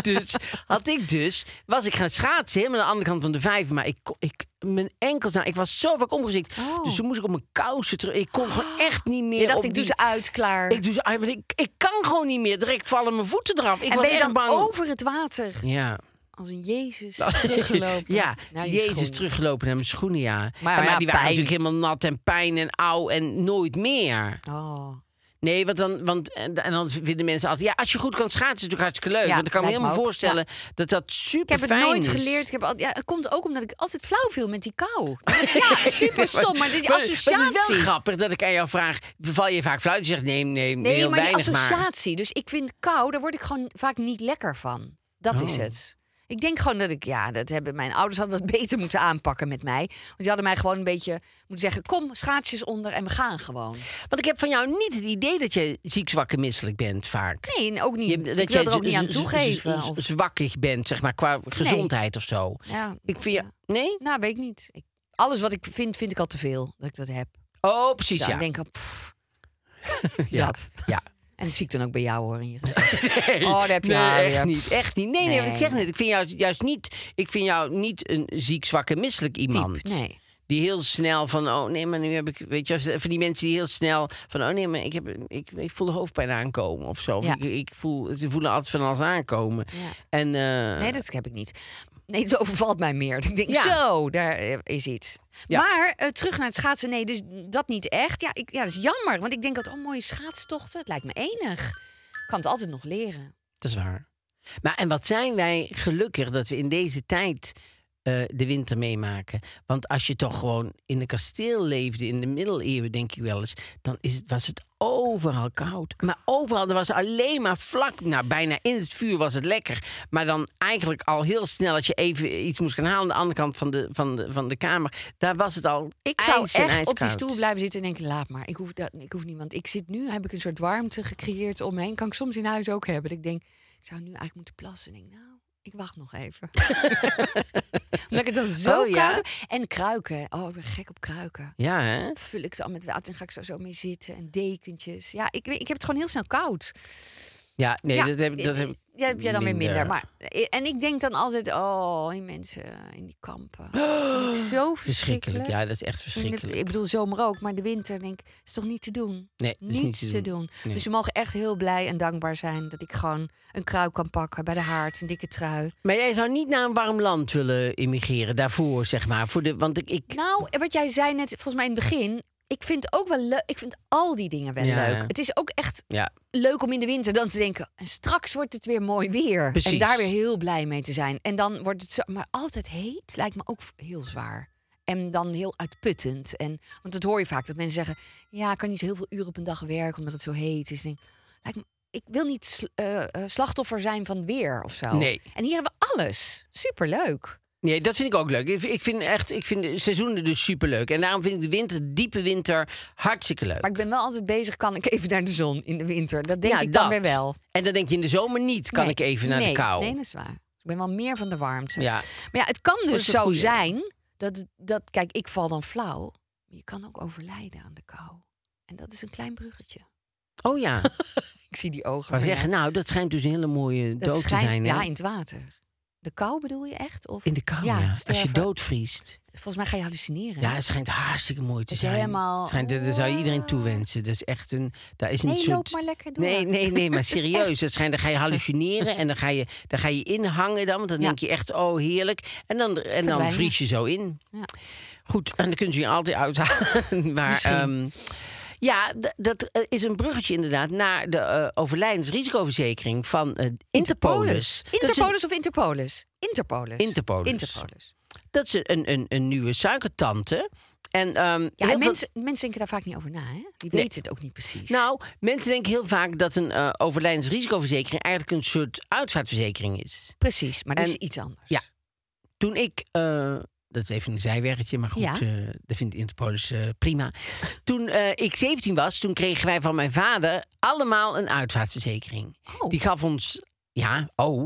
was ik gaan schaatsen. Helemaal aan de andere kant van de vijver. Maar mijn enkels... Nou, ik was zo vaak omgezikt. Oh. Dus toen moest ik op mijn kousen terug. Ik kon gewoon echt niet meer Je dacht, op ik doe die- ze uit, klaar. ik doe ze uit, want ik kan gewoon niet meer. Direct vallen mijn voeten eraf. Ik en was ben je echt dan bang. over het water Ja. als een Jezus teruggelopen? Ja, naar je Jezus schoenen? teruggelopen naar mijn schoenen, ja. Maar En ja, die waren pijn. natuurlijk helemaal nat en pijn en auw en nooit meer. Oh. Nee, en dan vinden mensen altijd... Ja, als je goed kan schaatsen, is het natuurlijk hartstikke leuk. Ja, want ik kan me lijkt me helemaal ook. voorstellen dat dat Ik super heb het fijn nooit is. geleerd. Het komt ook omdat ik altijd flauw viel met die kou. Ja, super stom. Maar die associatie. Maar het is wel grappig dat ik aan jou vraag... Val je vaak flauw? Je zegt nee, Nee, heel maar die weinig maar. associatie. Dus ik vind kou, daar word ik gewoon vaak niet lekker van. Dat is Oh. het. Ik denk gewoon mijn ouders hadden dat beter moeten aanpakken met mij. Want die hadden mij gewoon een beetje moeten zeggen... kom, schaatsjes onder en we gaan gewoon. Want ik heb van jou niet het idee dat je ziek, zwak en misselijk bent vaak. Nee, en ook niet. Dat Ik wil er ook niet aan toegeven. Of, zwakkig bent, zeg maar, qua gezondheid of zo. ja, Ik vind je... Nee? nou, weet ik niet. Alles wat ik vind ik al te veel dat ik dat heb. Oh, precies, Dan ja. denk ik al, pff, Ja. dat. Ja. En dat zie ik dan ook bij jou hoor in je gezicht. Oh, daar heb je haar echt weer. niet. Echt niet. Nee, Nee. wat ik zeg net. Ik vind jou juist niet... Ik vind jou niet een ziek, zwak en misselijk iemand. Type, nee. Die heel snel van... Oh, nee, maar nu heb ik... Weet je, van die mensen die heel snel... Van, oh nee, maar ik voel de hoofdpijn aankomen of zo. Of Ja. ze voelen altijd van alles aankomen. Ja. En... Nee, dat heb ik niet. Nee, het overvalt mij meer. Ik denk, Ja. zo, daar is iets. Ja. Maar terug naar het schaatsen, nee, dus dat niet echt. Ja, dat is jammer, want ik denk dat, mooie schaatstochten, het lijkt me enig. Ik kan het altijd nog leren. Dat is waar. Maar en wat zijn wij gelukkig dat we in deze tijd de winter meemaken. Want als je toch gewoon in een kasteel leefde in de middeleeuwen, denk ik wel eens, dan was het overal koud. Maar overal, er was alleen maar vlak, nou bijna in het vuur was het lekker. Maar dan eigenlijk al heel snel, als je even iets moest gaan halen aan de andere kant van de kamer, daar was het al Ik zou ijs en echt op die ijskoud. stoel blijven zitten en denken, laat maar. Ik hoef niet, want heb ik een soort warmte gecreëerd om me heen. Kan ik soms in huis ook hebben. Dat ik denk, ik zou nu eigenlijk moeten plassen. En ik denk, nou, ik wacht nog even. Omdat ik het dan zo Oh, ja? koud heb. En kruiken. Oh, ik ben gek op kruiken. Ja, hè? Vul ik het al met water en ga ik zo mee zitten. En dekentjes. Ja, ik heb het gewoon heel snel koud. Ja, nee, Ja, dat heb ik Ja, heb jij dan weer minder. Maar, en ik denk dan altijd, die mensen in die kampen. Dat vind ik zo verschrikkelijk. Ja, dat is echt verschrikkelijk. Ik bedoel, zomer ook, maar de winter denk ik, is toch niet te doen? Nee, dat is Niets te doen. Nee. Dus we mogen echt heel blij en dankbaar zijn dat ik gewoon een krui kan pakken bij de haard, een dikke trui. Maar jij zou niet naar een warm land willen immigreren daarvoor, zeg maar. Want ik... Nou, wat jij zei net, volgens mij in het begin, ik vind ook wel leuk. Ik vind al die dingen wel leuk. Ja. Het is ook echt Ja. leuk om in de winter dan te denken, en straks wordt het weer mooi weer. Precies. En daar weer heel blij mee te zijn. En dan wordt het zo, maar altijd heet lijkt me ook heel zwaar. En dan heel uitputtend. Want dat hoor je vaak, dat mensen zeggen, ja, ik kan niet zo heel veel uren op een dag werken omdat het zo heet is. Ik wil niet slachtoffer zijn van weer of zo. Nee. En hier hebben we alles. Superleuk. Nee, dat vind ik ook leuk. Ik vind de seizoenen dus superleuk. En daarom vind ik de winter, diepe winter, hartstikke leuk. Maar ik ben wel altijd bezig, kan ik even naar de zon in de winter? Dat denk ik dan weer wel. En dan denk je in de zomer niet, kan ik even naar de kou. Nee, dat is waar. Ik ben wel meer van de warmte. Ja. Maar ja, het kan Dat dus is een zo goeie. zijn dat, kijk, ik val dan flauw. Maar je kan ook overlijden aan de kou. En dat is een klein bruggetje. Oh ja. Ik zie die ogen. Maar van zeggen, jou. nou, dat schijnt dus een hele mooie Dat dood te schijnt- zijn. Hè? Ja, in het water. De kou bedoel je echt? Of? In de kou, ja. Als je sterven. doodvriest. Volgens mij ga je hallucineren. Ja, het schijnt hartstikke mooi te Dat je zijn. helemaal- Dat zou je iedereen toewensen. Dat is echt een... Daar is een Nee, soort... loop maar lekker door. Nee, maar serieus. Dat schijnt, dan ga je hallucineren en dan ga je inhangen dan. Want dan Ja. denk je echt, oh heerlijk. En dan Verdwijnen. vries je zo in. Ja. Goed, en dan kunnen ze je altijd uithalen. Maar Misschien. ja, dat is een bruggetje inderdaad naar de overlijdensrisicoverzekering van Interpolis. Dat is Interpolis of Interpolis? Interpolis. Interpolis. Dat is een nieuwe suikertante. En, Ja, heel en veel- mensen denken daar vaak niet over na, hè? Die Nee. weten het ook niet precies. Nou, mensen denken heel vaak dat een overlijdensrisicoverzekering eigenlijk een soort uitvaartverzekering is. Precies, maar dat En- is iets anders. Ja. Toen ik, dat is even een zijweggetje, maar goed, Ja. dat vindt Interpolis prima. Toen ik 17 was, toen kregen wij van mijn vader allemaal een uitvaartverzekering. Oh. Die gaf ons... Ja,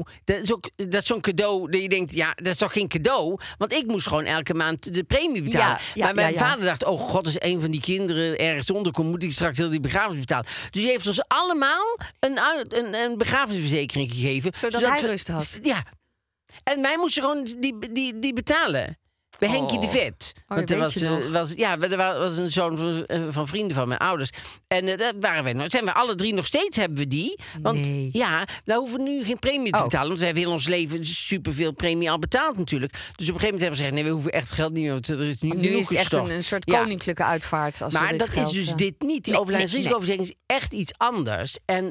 dat is zo'n cadeau dat je denkt, ja, dat is toch geen cadeau? Want ik moest gewoon elke maand de premie betalen. Ja, maar mijn ja. vader dacht, oh god, als een van die kinderen ergens onderkomt, moet ik straks heel die begrafenis betalen. Dus hij heeft ons allemaal een begrafenisverzekering gegeven. Zodat hij rust had. Ja. En wij moesten gewoon die betalen. Bij Henkie de Vet. Want er weet je nog. was een zoon van vrienden van mijn ouders. En daar waren wij nog. Zijn we alle drie nog steeds, hebben we die. Want Nee. ja, daar hoeven we nu geen premie te Oh. betalen. Want we hebben in ons leven superveel premie al betaald natuurlijk. Dus op een gegeven moment hebben we gezegd, nee, we hoeven echt geld niet meer. Want er is nu Nu is het echt gestort. een soort Ja. koninklijke uitvaart. Als we Maar dit dat geld, is dus dit niet. Die nee, overlijdensrisicoverzekering is echt iets anders. En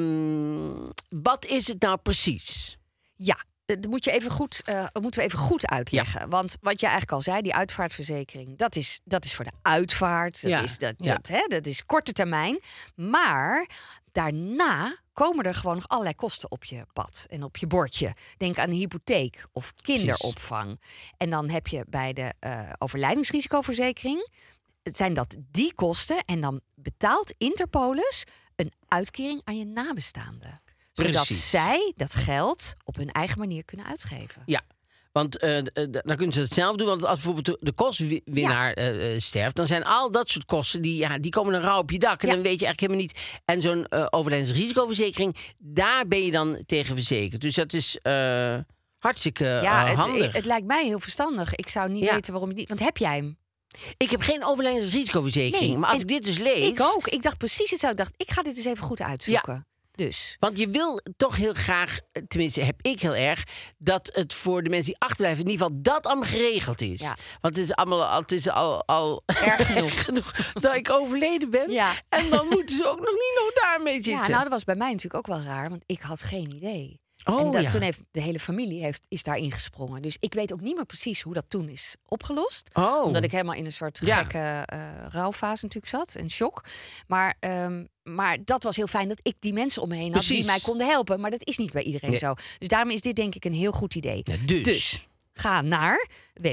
wat is het nou precies? Ja, dat moeten we even goed uitleggen. Want wat je eigenlijk al zei, die uitvaartverzekering, dat is voor de uitvaart. Dat is korte termijn. Maar daarna komen er gewoon nog allerlei kosten op je pad en op je bordje. Denk aan een hypotheek of kinderopvang. En dan heb je bij de overlijdensrisicoverzekering, zijn dat die kosten. En dan betaalt Interpolis een uitkering aan je nabestaanden. Zodat Precies. zij dat geld op hun eigen manier kunnen uitgeven. Ja, want dan kunnen ze het zelf doen. Want als bijvoorbeeld de kostwinnaar sterft, dan zijn al dat soort kosten, die komen dan rauw op je dak. En Ja. dan weet je eigenlijk helemaal niet. En zo'n overlijdensrisicoverzekering, daar ben je dan tegen verzekerd. Dus dat is hartstikke handig. Het lijkt mij heel verstandig. Ik zou niet Ja. weten waarom je niet. Want heb jij hem? Ik heb geen overlijdensrisicoverzekering. Nee, Maar als en ik dit dus lees... Ik ook. Ik dacht precies het zo. Ik dacht, ik ga dit eens even goed uitzoeken. Dus. Want je wil toch heel graag, tenminste heb ik heel erg, dat het voor de mensen die achterblijven in ieder geval dat allemaal geregeld is. Ja. Want het is al Erg genoeg. dat ik overleden ben. Ja. En dan moeten ze ook nog daarmee zitten. Ja, nou, dat was bij mij natuurlijk ook wel raar. Want ik had geen idee. Oh, en ja. toen heeft de hele familie is daarin gesprongen. Dus ik weet ook niet meer precies hoe dat toen is opgelost. Oh. Omdat ik helemaal in een soort Ja. gekke rouwfase natuurlijk zat. Een shock. Maar dat was heel fijn dat ik die mensen om me heen had die Precies. mij konden helpen. Maar dat is niet bij iedereen Nee. zo. Dus daarom is dit denk ik een heel goed idee. Ja, dus. Ga naar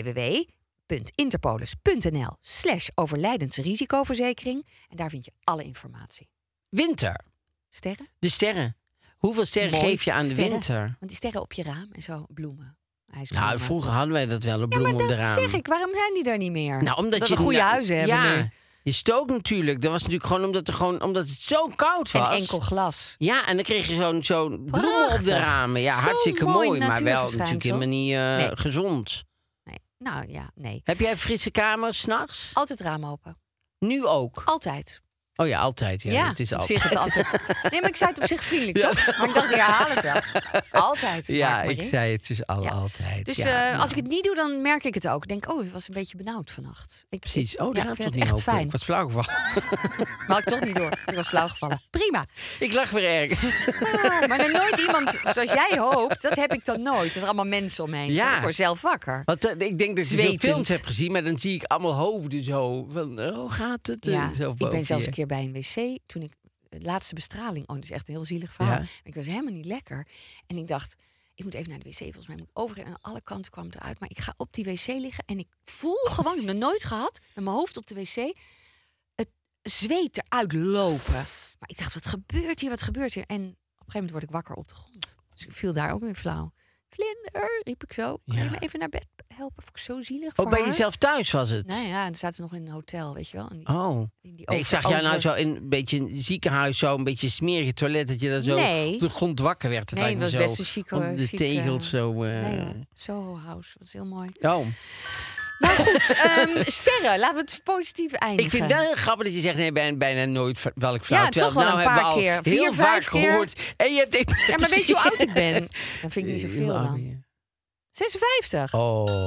www.interpolis.nl/overlijdensrisicoverzekering. En daar vind je alle informatie. Winter. Sterren? De sterren. Hoeveel sterren Mooi. geef je aan de Sterren. winter? Want die sterren op je raam en zo, bloemen. Nou, vroeger hadden wij dat wel, een Ja, bloem maar op de dat raam. zeg ik. Waarom zijn die er niet meer? Nou, omdat we goede nou, huizen hebben ja, nu. Je stookt natuurlijk. Dat was natuurlijk omdat het zo koud was. En enkel glas. Ja, en dan kreeg je zo'n bloemen op de ramen. Ja, Zo'n hartstikke mooi maar wel natuurverschijnsel. natuurlijk helemaal niet gezond. Nee. Nou ja, nee. Heb jij een frisse kamer 's nachts? Altijd raam open. Nu ook? Altijd. Oh ja, altijd. Ja, het is op altijd. zich het altijd. Nee, maar ik zei het op zich vriendelijk, toch? Maar ik dacht, ik herhaal het wel. Altijd. Ja, Mark ik Marie. zei het dus Ja. altijd. Dus ja, als ik het niet doe, dan merk ik het ook. Ik denk, het was een beetje benauwd vannacht. Precies. Oh, ja, daar ik gaat vind het het niet echt open. fijn. Ik was flauw gevallen. Maar ik toch niet door. Ik was flauw gevallen. Prima. Ik lag weer ergens. Maar er nooit iemand zoals jij hoopt, dat heb ik dan nooit. Er zijn allemaal mensen omheen. Ja. Ik word zelf wakker. Want ik denk dat je veel Zwetend. films hebt gezien, maar dan zie ik allemaal hoofden zo. Van, hoe gaat het? Ja, Zo ik boven ben zelfs je. een keer bij een wc toen ik de laatste bestraling. Oh, dat is echt een heel zielig verhaal. Ja. Maar ik was helemaal niet lekker. En ik dacht, ik moet even naar de wc. Volgens mij moet ik overgeven. En aan alle kanten kwam het eruit. Maar ik ga op die wc liggen en ik voel gewoon, ik heb het nog nooit gehad, met mijn hoofd op de wc, het zweet eruit lopen. Maar ik dacht, wat gebeurt hier? Wat gebeurt hier? En op een gegeven moment word ik wakker op de grond. Dus ik viel daar ook weer flauw. Vlinder, riep ik zo. Kan je me even naar bed helpen? Vond ik zo zielig voor bij haar. jezelf thuis was het? Nou ja, en zaten nog in een hotel, weet je wel. En die, Oh. die Nee, ik zag jou nou zo in een beetje een ziekenhuis, zo een beetje smerige toilet, dat je daar zo Nee. op de grond wakker werd. Nee, het was zo, best een chique... onder de tegels zo. Nee hoor, Soho House, dat is heel mooi. Oh. Maar goed, sterren, laten we het positief eindigen. Ik vind het wel heel grappig dat je zegt, nee, bijna nooit welk flauw. Ja, toch wel nou een hebben paar we al keer. heel 4, vaak 5 keer. gehoord. En je hebt Ja, maar weet je hoe oud ik ben? Dat vind ik niet zoveel Hoe oud dan. ben je? 56. Oh.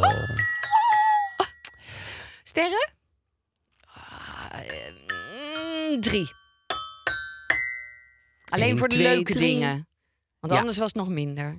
Sterren? 3. Alleen 1, voor de 2, leuke 3. dingen. Want Ja. anders was het nog minder.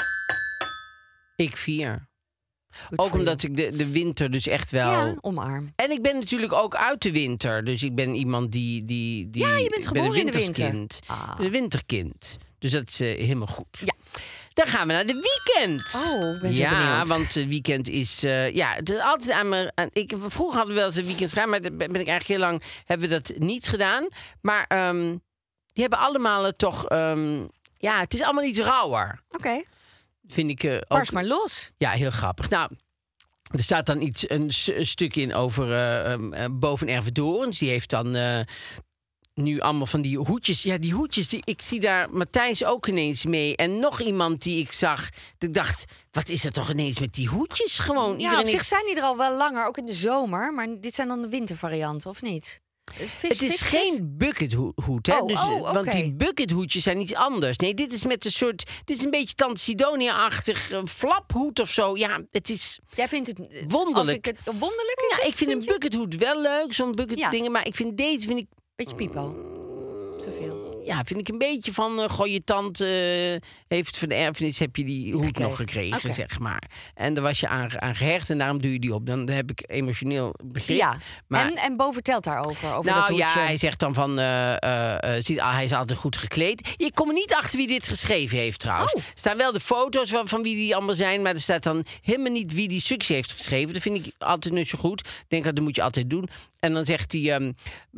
Ik 4. Good Ook for omdat you. ik de winter dus echt wel... Ja, omarm. En ik ben natuurlijk ook uit de winter. Dus ik ben iemand die Ja, je bent ik ben geboren een in de winter. winterskind. Ah. Een winterkind. Dus dat is helemaal goed. Ja. Dan gaan we naar de weekend. Oh, ik ben zo ja, benieuwd. want het weekend is... het is altijd aan me... Vroeger hadden we wel eens een weekend gedaan, maar daar ben ik eigenlijk heel lang... hebben we dat niet gedaan. Maar die hebben allemaal toch... het is allemaal iets rauwer. Oké, Vind ik ook... pars maar los. Ja, heel grappig. Nou, er staat dan een stuk in over Boven Ervedorens. Die heeft dan nu allemaal van die hoedjes. Ja, die hoedjes, ik zie daar Matthijs ook ineens mee. En nog iemand die ik zag. Dat ik dacht, wat is er toch ineens met die hoedjes? Gewoon Ja, iedereen op zich zijn die er al wel langer, ook in de zomer. Maar dit zijn dan de wintervarianten, of niet? Het is geen buckethoed, hè? Want die buckethoedjes zijn iets anders. Nee, dit is met een soort... Dit is een beetje Tante Sidonia-achtig flaphoed of zo. Ja, het is... Jij vindt het wonderlijk. Als ik het wonderlijk is? Ja, het, ik vind een je? buckethoed wel leuk, zo'n bucket Ja. dingen. Maar ik vind deze, Beetje pipo. Zoveel. ja, vind ik een beetje van... goh, je tante heeft van de erfenis heb je die hoed gekregen. nog gekregen, Oké. zeg maar. En daar was je aan gehecht en daarom doe je die op. Dan heb ik emotioneel begrip. Ja, Maar, en Bo vertelt daarover. Over dat nou ja, hoedje. hij zegt dan van... hij is altijd goed gekleed. Ik kom er niet achter wie dit geschreven heeft trouwens. Oh. Er staan wel de foto's van wie die allemaal zijn... maar er staat dan helemaal niet wie die stukjes heeft geschreven. Dat vind ik altijd niet zo goed. Ik denk dat moet je altijd doen. En dan zegt hij...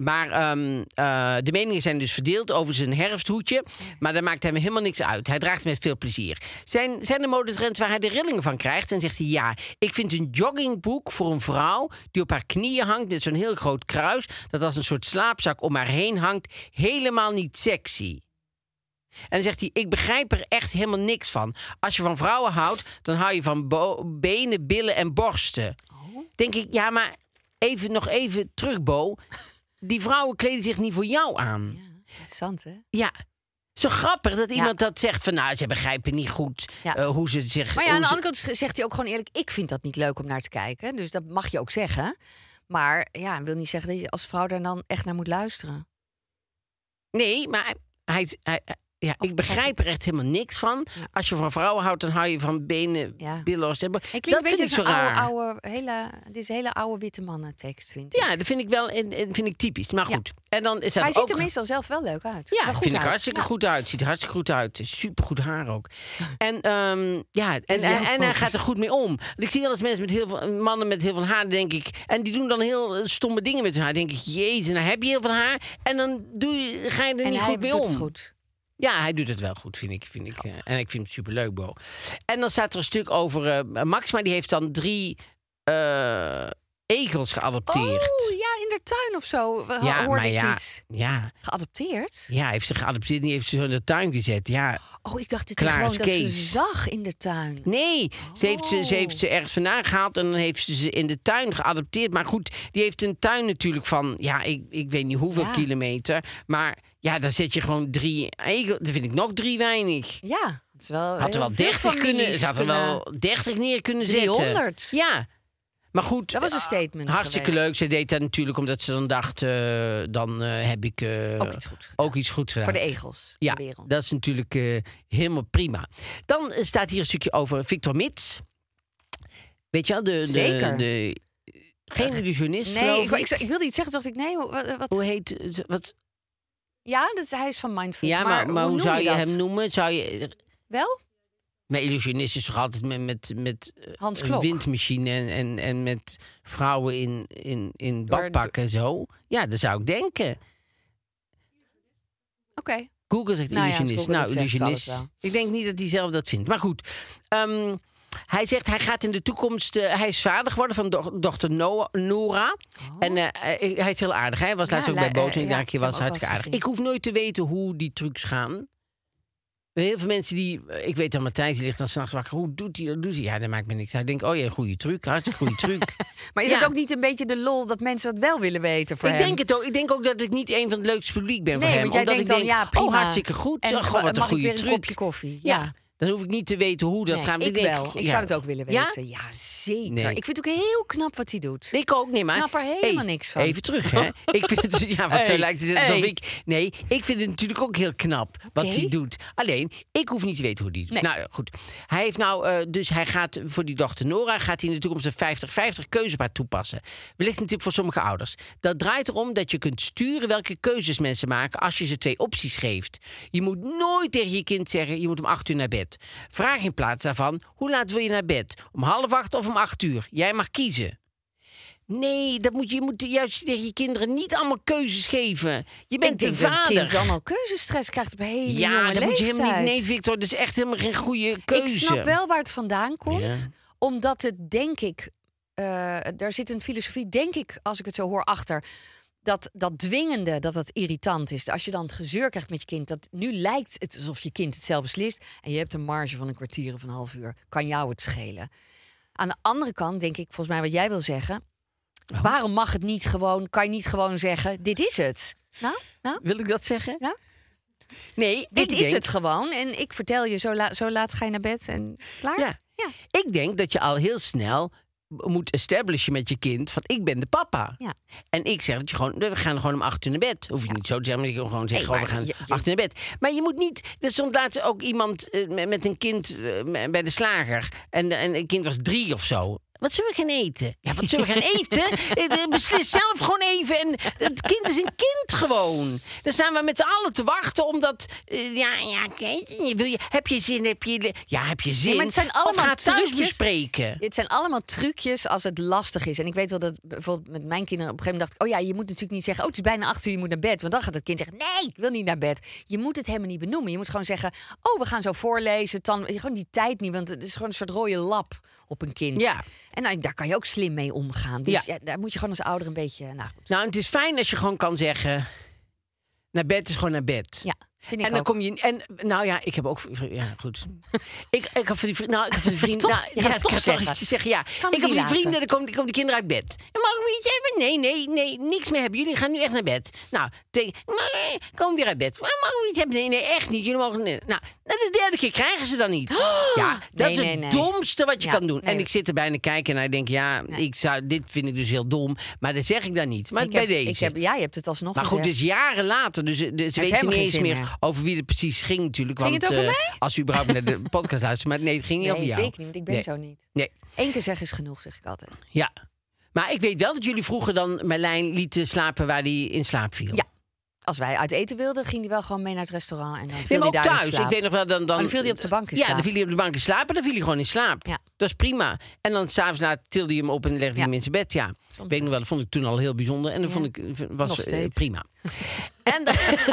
de meningen zijn dus verdeeld over zijn herfsthoedje... maar dat maakt hem helemaal niks uit. Hij draagt het met veel plezier. Zijn er modetrends waar hij de rillingen van krijgt? En zegt hij ja, ik vind een joggingbroek voor een vrouw... die op haar knieën hangt met zo'n heel groot kruis... dat als een soort slaapzak om haar heen hangt... helemaal niet sexy. En dan zegt hij, ik begrijp er echt helemaal niks van. Als je van vrouwen houdt, dan hou je van benen, billen en borsten. Denk ik, ja, maar nog even terug, Bo. Die vrouwen kleden zich niet voor jou aan. Ja, interessant, hè? Ja, zo grappig dat iemand dat zegt van... nou, ze begrijpen niet goed Ja. hoe ze zich... Maar ja, aan de hoe andere kant zegt hij ook gewoon eerlijk... ik vind dat niet leuk om naar te kijken. Dus dat mag je ook zeggen. Maar ja, wil niet zeggen dat je als vrouw daar dan echt naar moet luisteren. Nee, maar ik begrijp er echt helemaal niks van. Ja. Als je van vrouwen houdt, dan hou je van benen, Ja. billen. Het Dat klinkt vind een beetje ik zo als een raar. dit is een hele oude witte mannentekst, vind ik. Ja, dat vind ik wel en vind ik typisch. Maar Ja. goed. En dan is dat Hij ook... ziet er meestal zelf wel leuk uit. Ja, Wel goed vind ik uit. hartstikke Ja. goed uit. Ziet er hartstikke goed uit. Supergoed haar ook. En, en zelf hij gaat er goed mee om. Want ik zie wel eens mensen met heel veel mannen met heel veel haar, denk ik. En die doen dan heel stomme dingen met hun haar. Denk ik, jezus, nou heb je heel veel haar. En dan ga je er En niet hij goed mee doet om. het goed. Ja, hij doet het wel goed, vind ik. En ik vind het superleuk, Bo. En dan staat er een stuk over Max, maar die heeft dan 3 egels geadopteerd. Oh, ja, de tuin of zo, Ja, hoorde maar ik iets. Ja, Geadopteerd? ja, heeft ze geadopteerd. Die heeft ze zo in de tuin gezet. Ja. Oh, ik dacht het Klaar gewoon is dat ze Kees. zag in de tuin. Nee, ze heeft ze ergens vandaan gehaald en dan heeft ze in de tuin geadopteerd. Maar goed, die heeft een tuin natuurlijk van, ja, ik weet niet hoeveel kilometer. Maar ja, dan zet je gewoon 3 egels. Dan vind ik nog 3 weinig. Ja, het is wel Had er wel 30 kunnen, ze had er wel 30 neer kunnen 300. zetten. Ja. Maar goed, Dat was een statement hartstikke geweest. leuk. Zij deed dat natuurlijk omdat ze dan dacht, dan heb ik Ook iets goed gedaan. gedaan. Voor de egels Ja, in de wereld. dat is natuurlijk helemaal prima. Dan staat hier een stukje over Victor Mits. Weet je wel, Zeker. geen illusionist, Nee, geloof ik. ik wilde iets zeggen, dacht ik, nee, wat? Hoe heet... Wat, Ja, hij is van Mindful. ja, maar hoe noem zou je dat? hem noemen? Zou je... Wel? Maar illusionist is toch altijd met Hans een Klok. windmachine en met vrouwen in badpakken en zo. Ja, dat zou ik denken. Oké. Google zegt Nou ja, als illusionist. Google Nou, dat zegt, zal het illusionist. wel. Ik denk niet dat hij zelf dat vindt. Maar goed, hij zegt hij gaat in de toekomst... hij is vader geworden van dochter Nora. En hij is heel aardig. Hij was laatst ook bij Boot en ik was hartstikke aardig. Ik hoef nooit te weten hoe die trucs gaan. Heel veel mensen die... Ik weet dan, Matthijs die ligt dan 's nachts wakker. Hoe doet hij? Ja, dat maakt me niks uit. Ik denk, oh ja, goede truc. Hartstikke goede truc. Maar is Ja. het ook niet een beetje de lol dat mensen dat wel willen weten voor Ik hem? denk het ook. Ik denk ook dat ik niet een van het leukste publiek ben voor Nee, hem. want jij Omdat denkt ik dan, denk, ja, prima. oh, hartstikke goed. En Goh, wat een mag ik goede weer een truc. kopje koffie? Ja. Dan hoef ik niet te weten hoe dat Nee, gaat. ik denk, wel. Ik ja. zou het ook willen Ja? weten. Ja, zeker. Nee. Ik vind het ook heel knap wat hij doet. Ik ook, nee, maar... snap er helemaal niks van. Even terug, hè. Ik vind het... Ja, wat zo Hey, lijkt het alsof hey. ik... Nee, ik vind het natuurlijk ook heel knap wat Oké. hij doet. Alleen, ik hoef niet te weten hoe die doet. Nee. Nou, goed. Hij heeft nou... dus hij gaat voor die dochter Nora... gaat hij in de toekomst een 50-50 keuzepaard toepassen. Wellicht een tip voor sommige ouders. Dat draait erom dat je kunt sturen welke keuzes mensen maken... als je ze 2 opties geeft. Je moet nooit tegen je kind zeggen... je moet om 8 uur naar bed. Vraag in plaats daarvan... hoe laat wil je naar bed? Om 7:30 of om 8 uur? Jij mag kiezen. Nee, je moet juist tegen je kinderen niet allemaal keuzes geven. Je bent Ik de denk dat vader. het kind allemaal keuzestress krijgt op hele Ja, jonge dat moet je helemaal niet... leeftijd. Nee, Victor, dat is echt helemaal geen goede keuze. Ik snap wel waar het vandaan komt. Ja. Omdat het, denk ik... daar zit een filosofie, denk ik, als ik het zo hoor, achter... Dat dwingende, dat irritant is. Als je dan het gezeur krijgt met je kind... dat nu lijkt het alsof je kind het zelf beslist... en je hebt een marge van een kwartier of een half uur. Kan jou het schelen. Aan de andere kant denk ik, volgens mij wat jij wil zeggen... waarom mag het niet gewoon... kan je niet gewoon zeggen, dit is het? Nou? Wil ik dat zeggen? Ja? Nee, Dit ik is denk- het gewoon. En ik vertel je, zo laat ga je naar bed en klaar? Ja. Ja. Ik denk dat je al heel snel moet establishen met je kind... van ik ben de papa. Ja. En ik zeg dat je gewoon... we gaan gewoon om 8 uur naar bed. Hoef je niet zo te zeggen, maar je kan gewoon zeggen... Nee, we gaan maar 8 uur naar bed. Maar je moet niet... Er stond laatst ook iemand met een kind bij de slager. En een kind was 3 of zo. Wat zullen we gaan eten? Ja, wat zullen we gaan eten? Beslis zelf gewoon even. En het kind is een kind gewoon. Dan staan we met z'n allen te wachten omdat... heb je zin? Heb je zin? Nee, maar het zijn allemaal of ga thuis trucjes. bespreken. Het zijn allemaal trucjes als het lastig is. En ik weet wel dat bijvoorbeeld met mijn kinderen... op een gegeven moment dacht ik... oh ja, je moet natuurlijk niet zeggen... oh, het is bijna 8 uur, je moet naar bed. Want dan gaat het kind zeggen... nee, ik wil niet naar bed. Je moet het helemaal niet benoemen. Je moet gewoon zeggen... oh, we gaan zo voorlezen. Dan, gewoon die tijd niet, want het is gewoon een soort rode lap op een kind. Ja. En nou, daar kan je ook slim mee omgaan. Dus Ja. ja, daar moet je gewoon als ouder een beetje... nou goed. Nou, het is fijn als je gewoon kan zeggen... naar bed is gewoon naar bed. Ja, vind ik En dan ook. kom je... En nou ja, ik heb ook... Ja, goed. ik heb van die vrienden... Nou, ik heb van die vrienden... Toch? nou, Je gaat het toch ik ga zeggen. eventjes zeggen. Ja. Kan Ik heb niet van die laten. vrienden... dan komen die kinderen uit bed. En mogen we iets hebben? Nee, niks meer hebben. Jullie gaan nu echt naar bed. Nou, komen weer uit bed. Maar mogen we iets hebben? Nee, echt niet. Jullie mogen... Nee. Nou, de 3e keer krijgen ze dan niet. Ja, dat is het nee. domste wat je Ja, kan doen. nee. En ik zit er bijna kijken en ik denk... ja, dit vind ik dus heel dom. Maar dat zeg ik dan niet. Maar bij deze... Ja, je hebt het alsnog Maar goed, het gezegd. is jaren later, dus ze weten helemaal niet geen eens zin meer meer. over wie het precies ging natuurlijk. Ging Want het over mij? als u überhaupt naar de podcast luistert, maar nee, het ging niet over jou. zeker niet, want ik ben Nee. zo niet. Nee, 1 keer zeggen is genoeg, zeg ik altijd. ja. Maar ik weet wel dat jullie vroeger dan Marlijn lieten slapen waar hij in slaap viel. Ja. Als wij uit eten wilden, ging hij wel gewoon mee naar het restaurant. En dan Nee, viel maar hij ook daar in thuis. slaap. Ik weet nog wel, dan viel hij op de bank in Ja, slaap. dan viel hij op de bank in slaap en dan viel hij gewoon in slaap. Ja. Dat is prima. En dan s'avonds laat tilde hij hem op en legde hij Ja. hem in zijn bed. Ja, weet ik nog wel, dat vond ik toen al heel bijzonder. En dat Ja. vond ik Nog was steeds. prima. En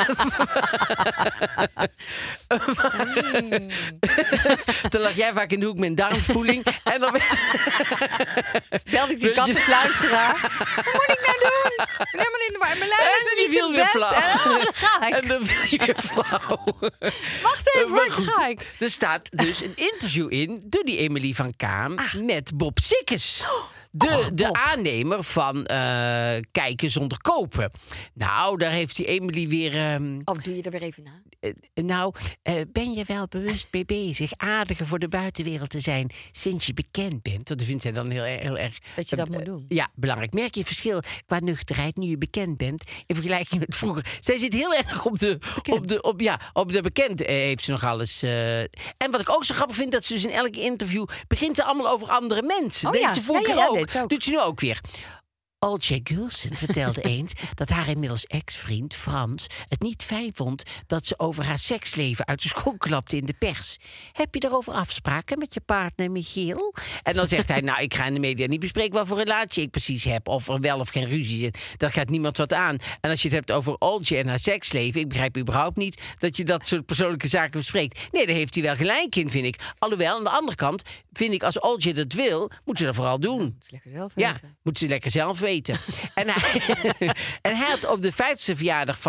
dan lag jij vaak in de hoek met een darmspoeling. En dan belde ik die kattenfluisteraar. Wat moet ik nou doen? Ik ben helemaal in de war. Mijn lijn is En nog je niet viel in weer bed. flauw. En dan ga ik. En dan viel je weer flauw. Wacht even, Maar waar goed, ga ik? er staat dus een interview in door die Emily van Kaam met Bob Sikkes. De aannemer van Kijken zonder kopen. Nou, daar heeft die Emily weer... Doe je er weer even na? Ben je wel bewust mee bezig aardiger voor de buitenwereld te zijn sinds je bekend bent? Want dat vindt zij dan heel erg... Dat je dat moet doen. Ja, belangrijk. Merk je het verschil qua nuchterheid nu je bekend bent in vergelijking met vroeger? Zij zit heel erg op de bekend heeft ze nog alles. En wat ik ook zo grappig vind, dat ze dus in elk interview begint ze allemaal over andere mensen. Oh, deed ja. ze vorige Ja, keer deed ze ook. ook. Doet ze nu ook weer. Olcay Gulsen vertelde eens dat haar inmiddels ex-vriend Frans het niet fijn vond dat ze over haar seksleven uit de school klapte in de pers. Heb je daarover afspraken met je partner Michiel? En dan zegt hij, ik ga in de media niet bespreken wat voor relatie ik precies heb. Of er wel of geen ruzie is. Dat gaat niemand wat aan. En als je het hebt over Olcay en haar seksleven, ik begrijp überhaupt niet dat je dat soort persoonlijke zaken bespreekt. Nee, daar heeft hij wel gelijk in, vind ik. Alhoewel, aan de andere kant vind ik, als Olcay dat wil, moet ze dat vooral doen. Moet ze lekker zelf Ja, weten. moet ze lekker zelf weten. En hij had op de 50e verjaardag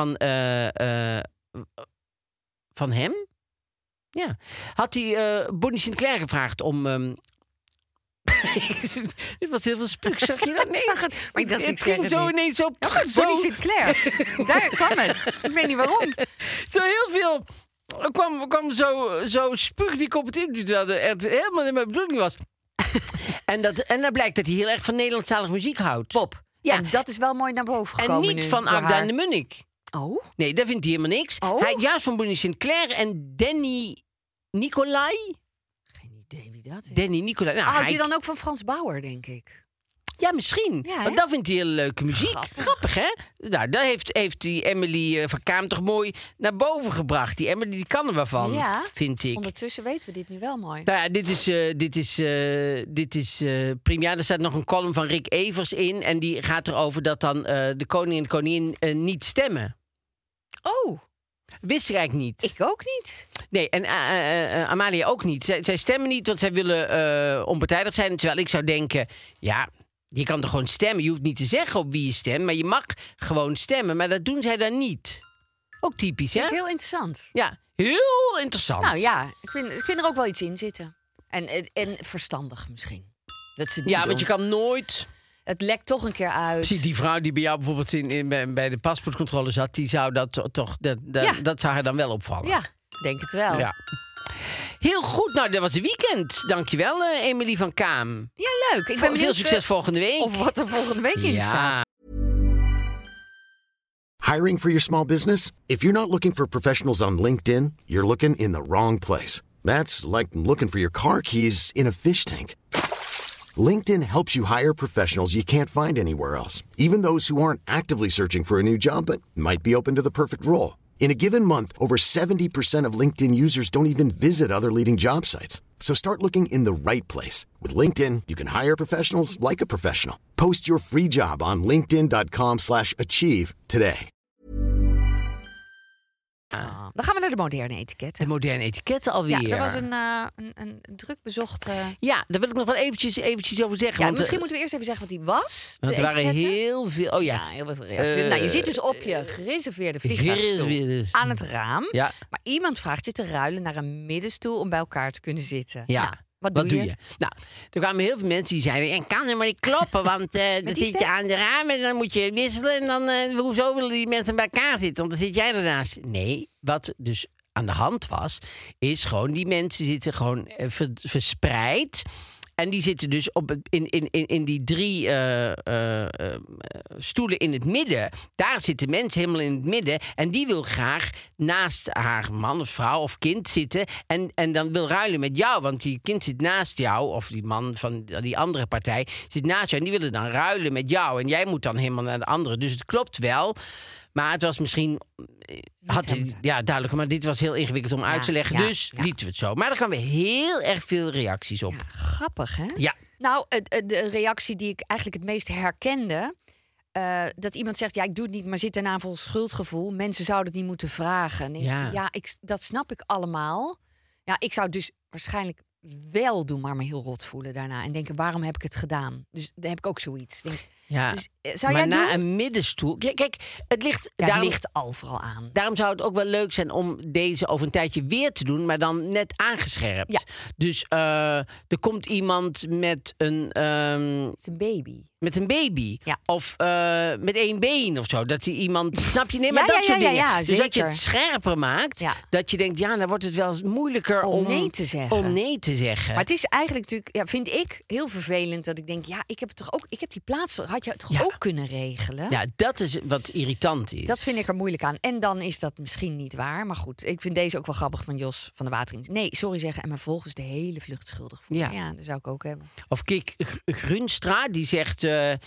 van hem... Ja, had hij Bonnie Sinclair gevraagd om... Dit was heel veel spuug, zag je dat? Nee, Ik zag het, maar ik dacht, ik het zeg ging het zo niet. ineens zo... Bonnie Sinclair. Daar kwam het. Ik weet niet waarom. Zo heel veel... Er kwam zo spuug die ik op het interview, terwijl het helemaal niet mijn bedoeling was. En dan blijkt dat hij heel erg van Nederlandstalige muziek houdt. Bob. Ja. En dat is wel mooi naar boven gekomen En niet nu, van door Agda haar. en de Munnik. Oh? Nee, daar vindt hij helemaal niks. Oh. Hij juist van Bonnie Sinclair en Danny Nicolai. Geen idee wie dat is. Danny Nicolai. Nou, Houdt hij dan ook van Frans Bauer, denk ik? Ja, misschien. Ja, hè? Want dat vindt hij hele leuke muziek. Grappig, hè? Nou, dat heeft die Emily van Kaam toch mooi naar boven gebracht. Die Emily die kan er wel van, Ja. vind ik. Ondertussen weten we dit nu wel mooi. Nou ja, dit is prima. Er staat nog een column van Rick Evers in. En die gaat erover dat dan de koning en de koningin niet stemmen. Oh, Wist ik eigenlijk niet. ik ook niet. Nee, en Amalia ook niet. Zij stemmen niet, want zij willen onpartijdig zijn. Terwijl ik zou denken, ja, je kan toch gewoon stemmen. Je hoeft niet te zeggen op wie je stemt, maar je mag gewoon stemmen. Maar dat doen zij dan niet. Ook typisch, hè? Vind ik heel interessant. Ja, heel interessant. Nou ja, ik vind er ook wel iets in zitten. En verstandig misschien. Dat ze het niet Ja, want je doen. kan nooit... Het lekt toch een keer uit. Precies, die vrouw die bij jou bijvoorbeeld bij de paspoortcontrole zat, die zou dat toch... Ja. Dat zou haar dan wel opvallen. Ja, denk het wel. Ja. Heel goed, nou, dat was de weekend. Dankjewel, Emily van Kaam. Ja, leuk. Ik ben Veel benieuwd succes volgende week. of wat er volgende week in staat. Hiring for your small business? If you're not looking for professionals on LinkedIn, you're looking in the wrong place. That's like looking for your car keys in a fish tank. LinkedIn helps you hire professionals you can't find anywhere else, even those who aren't actively searching for a new job but might be open to the perfect role. In a given month, over 70% of LinkedIn users don't even visit other leading job sites. So start looking in the right place. With LinkedIn, you can hire professionals like a professional. Post your free job on linkedin.com/achieve today. Dan gaan we naar de moderne etiketten. De moderne etiketten alweer. Ja, dat was een druk bezocht... Ja, daar wil ik nog wel eventjes over zeggen. Ja, want, misschien moeten we eerst even zeggen wat die was. want de er waren etiketten. heel veel... Oh ja. Ja, heel veel reacties. Nou, je zit dus op je gereserveerde vliegtuigstoel Gereserveerde. aan het raam. Ja. Maar iemand vraagt je te ruilen naar een middenstoel om bij elkaar te kunnen zitten. Ja. Nou, wat doe je? Nou, er kwamen heel veel mensen die zeiden... Ik kan helemaal niet kloppen, want dan die zit je stem? aan de raam... en dan moet je wisselen en dan... hoezo willen die mensen bij elkaar zitten? Want dan zit jij ernaast. Nee, wat dus aan de hand was... is gewoon, die mensen zitten gewoon verspreid... En die zitten dus in die 3 stoelen in het midden. Daar zitten mensen helemaal in het midden. En die wil graag naast haar man of vrouw of kind zitten. En dan wil ruilen met jou. Want die kind zit naast jou. Of die man van die andere partij zit naast jou. En die willen dan ruilen met jou. En jij moet dan helemaal naar de andere. Dus het klopt wel. Maar het was misschien... duidelijk. Maar dit was heel ingewikkeld om uit te leggen. Dus lieten we het zo. Maar er kwamen heel erg veel reacties op. Ja, grappig, hè? Ja. Nou, de reactie die ik eigenlijk het meest herkende... dat iemand zegt, ja, ik doe het niet, maar zit daarna vol schuldgevoel. Mensen zouden het niet moeten vragen. Dat snap ik allemaal. Ja, ik zou dus waarschijnlijk wel doen, maar me heel rot voelen daarna. En denken, waarom heb ik het gedaan? Dus daar heb ik ook zoiets. Dus, zou maar jij na doen? een middenstoel... Kijk, het ligt... Ja, het ligt overal aan. Daarom zou het ook wel leuk zijn om deze over een tijdje weer te doen, maar dan net aangescherpt. Ja. Dus er komt iemand met een... Het is een baby. Met een baby. Ja. Of met 1 been of zo. Dat hij iemand... Snap je? Nee, maar Ja, dat soort dingen. ja, dus dat je zeker. het scherper maakt. Ja. Dat je denkt, ja, dan wordt het wel eens moeilijker Om nee te zeggen. Om nee te zeggen. Maar het is eigenlijk natuurlijk, vind ik, heel vervelend dat ik denk, ja, ik heb die plaats, had je het toch ook kunnen regelen? Ja, dat is wat irritant is. Dat vind ik er moeilijk aan. En dan is dat misschien niet waar. Maar goed, ik vind deze ook wel grappig van Jos van de Waterdienst. Nee, sorry zeggen. En maar volgens de hele vlucht schuldig voelen. Ja, dat zou ik ook hebben. Of Kik Grunstra, die zegt...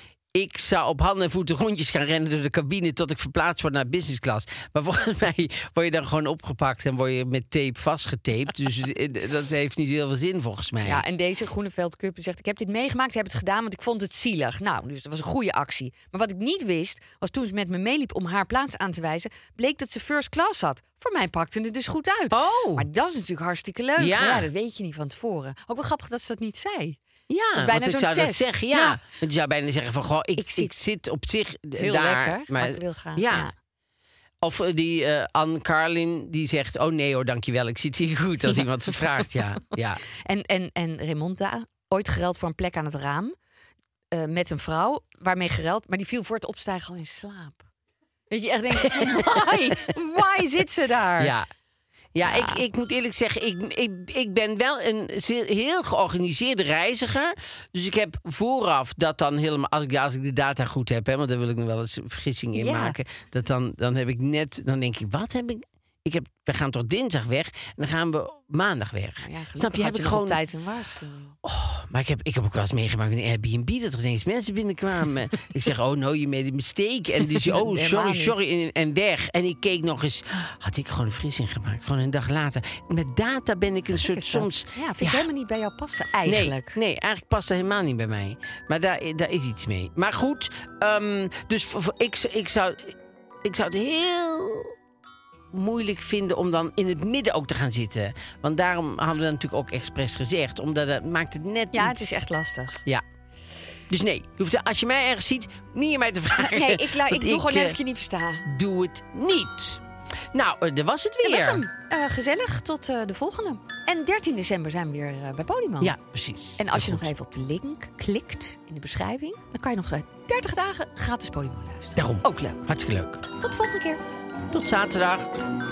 ik zou op handen en voeten rondjes gaan rennen door de cabine tot ik verplaatst word naar business class. Maar volgens mij word je dan gewoon opgepakt en word je met tape vastgetaped. Dus dat heeft niet heel veel zin volgens mij. Ja, en deze Groeneveld Cup zegt, ik heb dit meegemaakt, heb het gedaan, want ik vond het zielig. Nou, dus dat was een goede actie. Maar wat ik niet wist, was toen ze met me meeliep om haar plaats aan te wijzen, bleek dat ze first class had. Voor mij pakte het dus goed uit. Oh. Maar dat is natuurlijk hartstikke leuk. Ja. Maar ja, dat weet je niet van tevoren. Ook wel grappig dat ze dat niet zei. Ja, bijna want ik zo'n zou dat test. zeggen. Ja. Want je zou bijna zeggen van, goh, ik zit op zich Heel daar. lekker, maar ik wil graag. Ja. Of die Anne Carlin, die zegt, oh nee hoor, dankjewel, ik zit hier goed als iemand het vraagt. Ja. En Raymonda, ooit gereld voor een plek aan het raam. Met een vrouw, waarmee gereld, maar die viel voor het opstijgen al in slaap. Dat je echt denkt, why zit ze daar? Ja, ik moet eerlijk zeggen, ik ben wel een heel georganiseerde reiziger. Dus ik heb vooraf dat dan helemaal, als ik de data goed heb, hè, want daar wil ik nog wel eens een vergissing in maken. Dat dan heb ik net, dan denk ik, wat heb ik? We gaan toch dinsdag weg en dan gaan we maandag weg. Ja, Snap je? Heb ik nog gewoon op tijd een waarschuwing. Maar ik heb ook wel eens meegemaakt in Airbnb dat er ineens mensen binnenkwamen. Ik zeg, oh no, je made a mistake. En dus, oh sorry, en weg. En ik keek nog eens, had ik gewoon een frissing gemaakt. Gewoon een dag later. Met data ben ik een soort soms... Ja, vind ik helemaal niet bij jou passen eigenlijk. Nee, eigenlijk past dat helemaal niet bij mij. Maar daar is iets mee. Maar goed, dus ik zou het heel moeilijk vinden om dan in het midden ook te gaan zitten. Want daarom hadden we natuurlijk ook expres gezegd. Omdat het maakt het net Ja, iets... het is echt lastig. Ja. Dus nee, als je mij ergens ziet, niet aan mij te vragen. Nee, ik doe gewoon net of je niet verstaan. Doe het niet. Nou, dat was het weer. Dat was hem. Gezellig, tot de volgende. En 13 december zijn we weer bij Podimo. Ja, precies. En als je nog even op de link klikt in de beschrijving, dan kan je nog 30 dagen gratis Podimo luisteren. Daarom. Ook leuk. Hartstikke leuk. Tot de volgende keer. Tot zaterdag.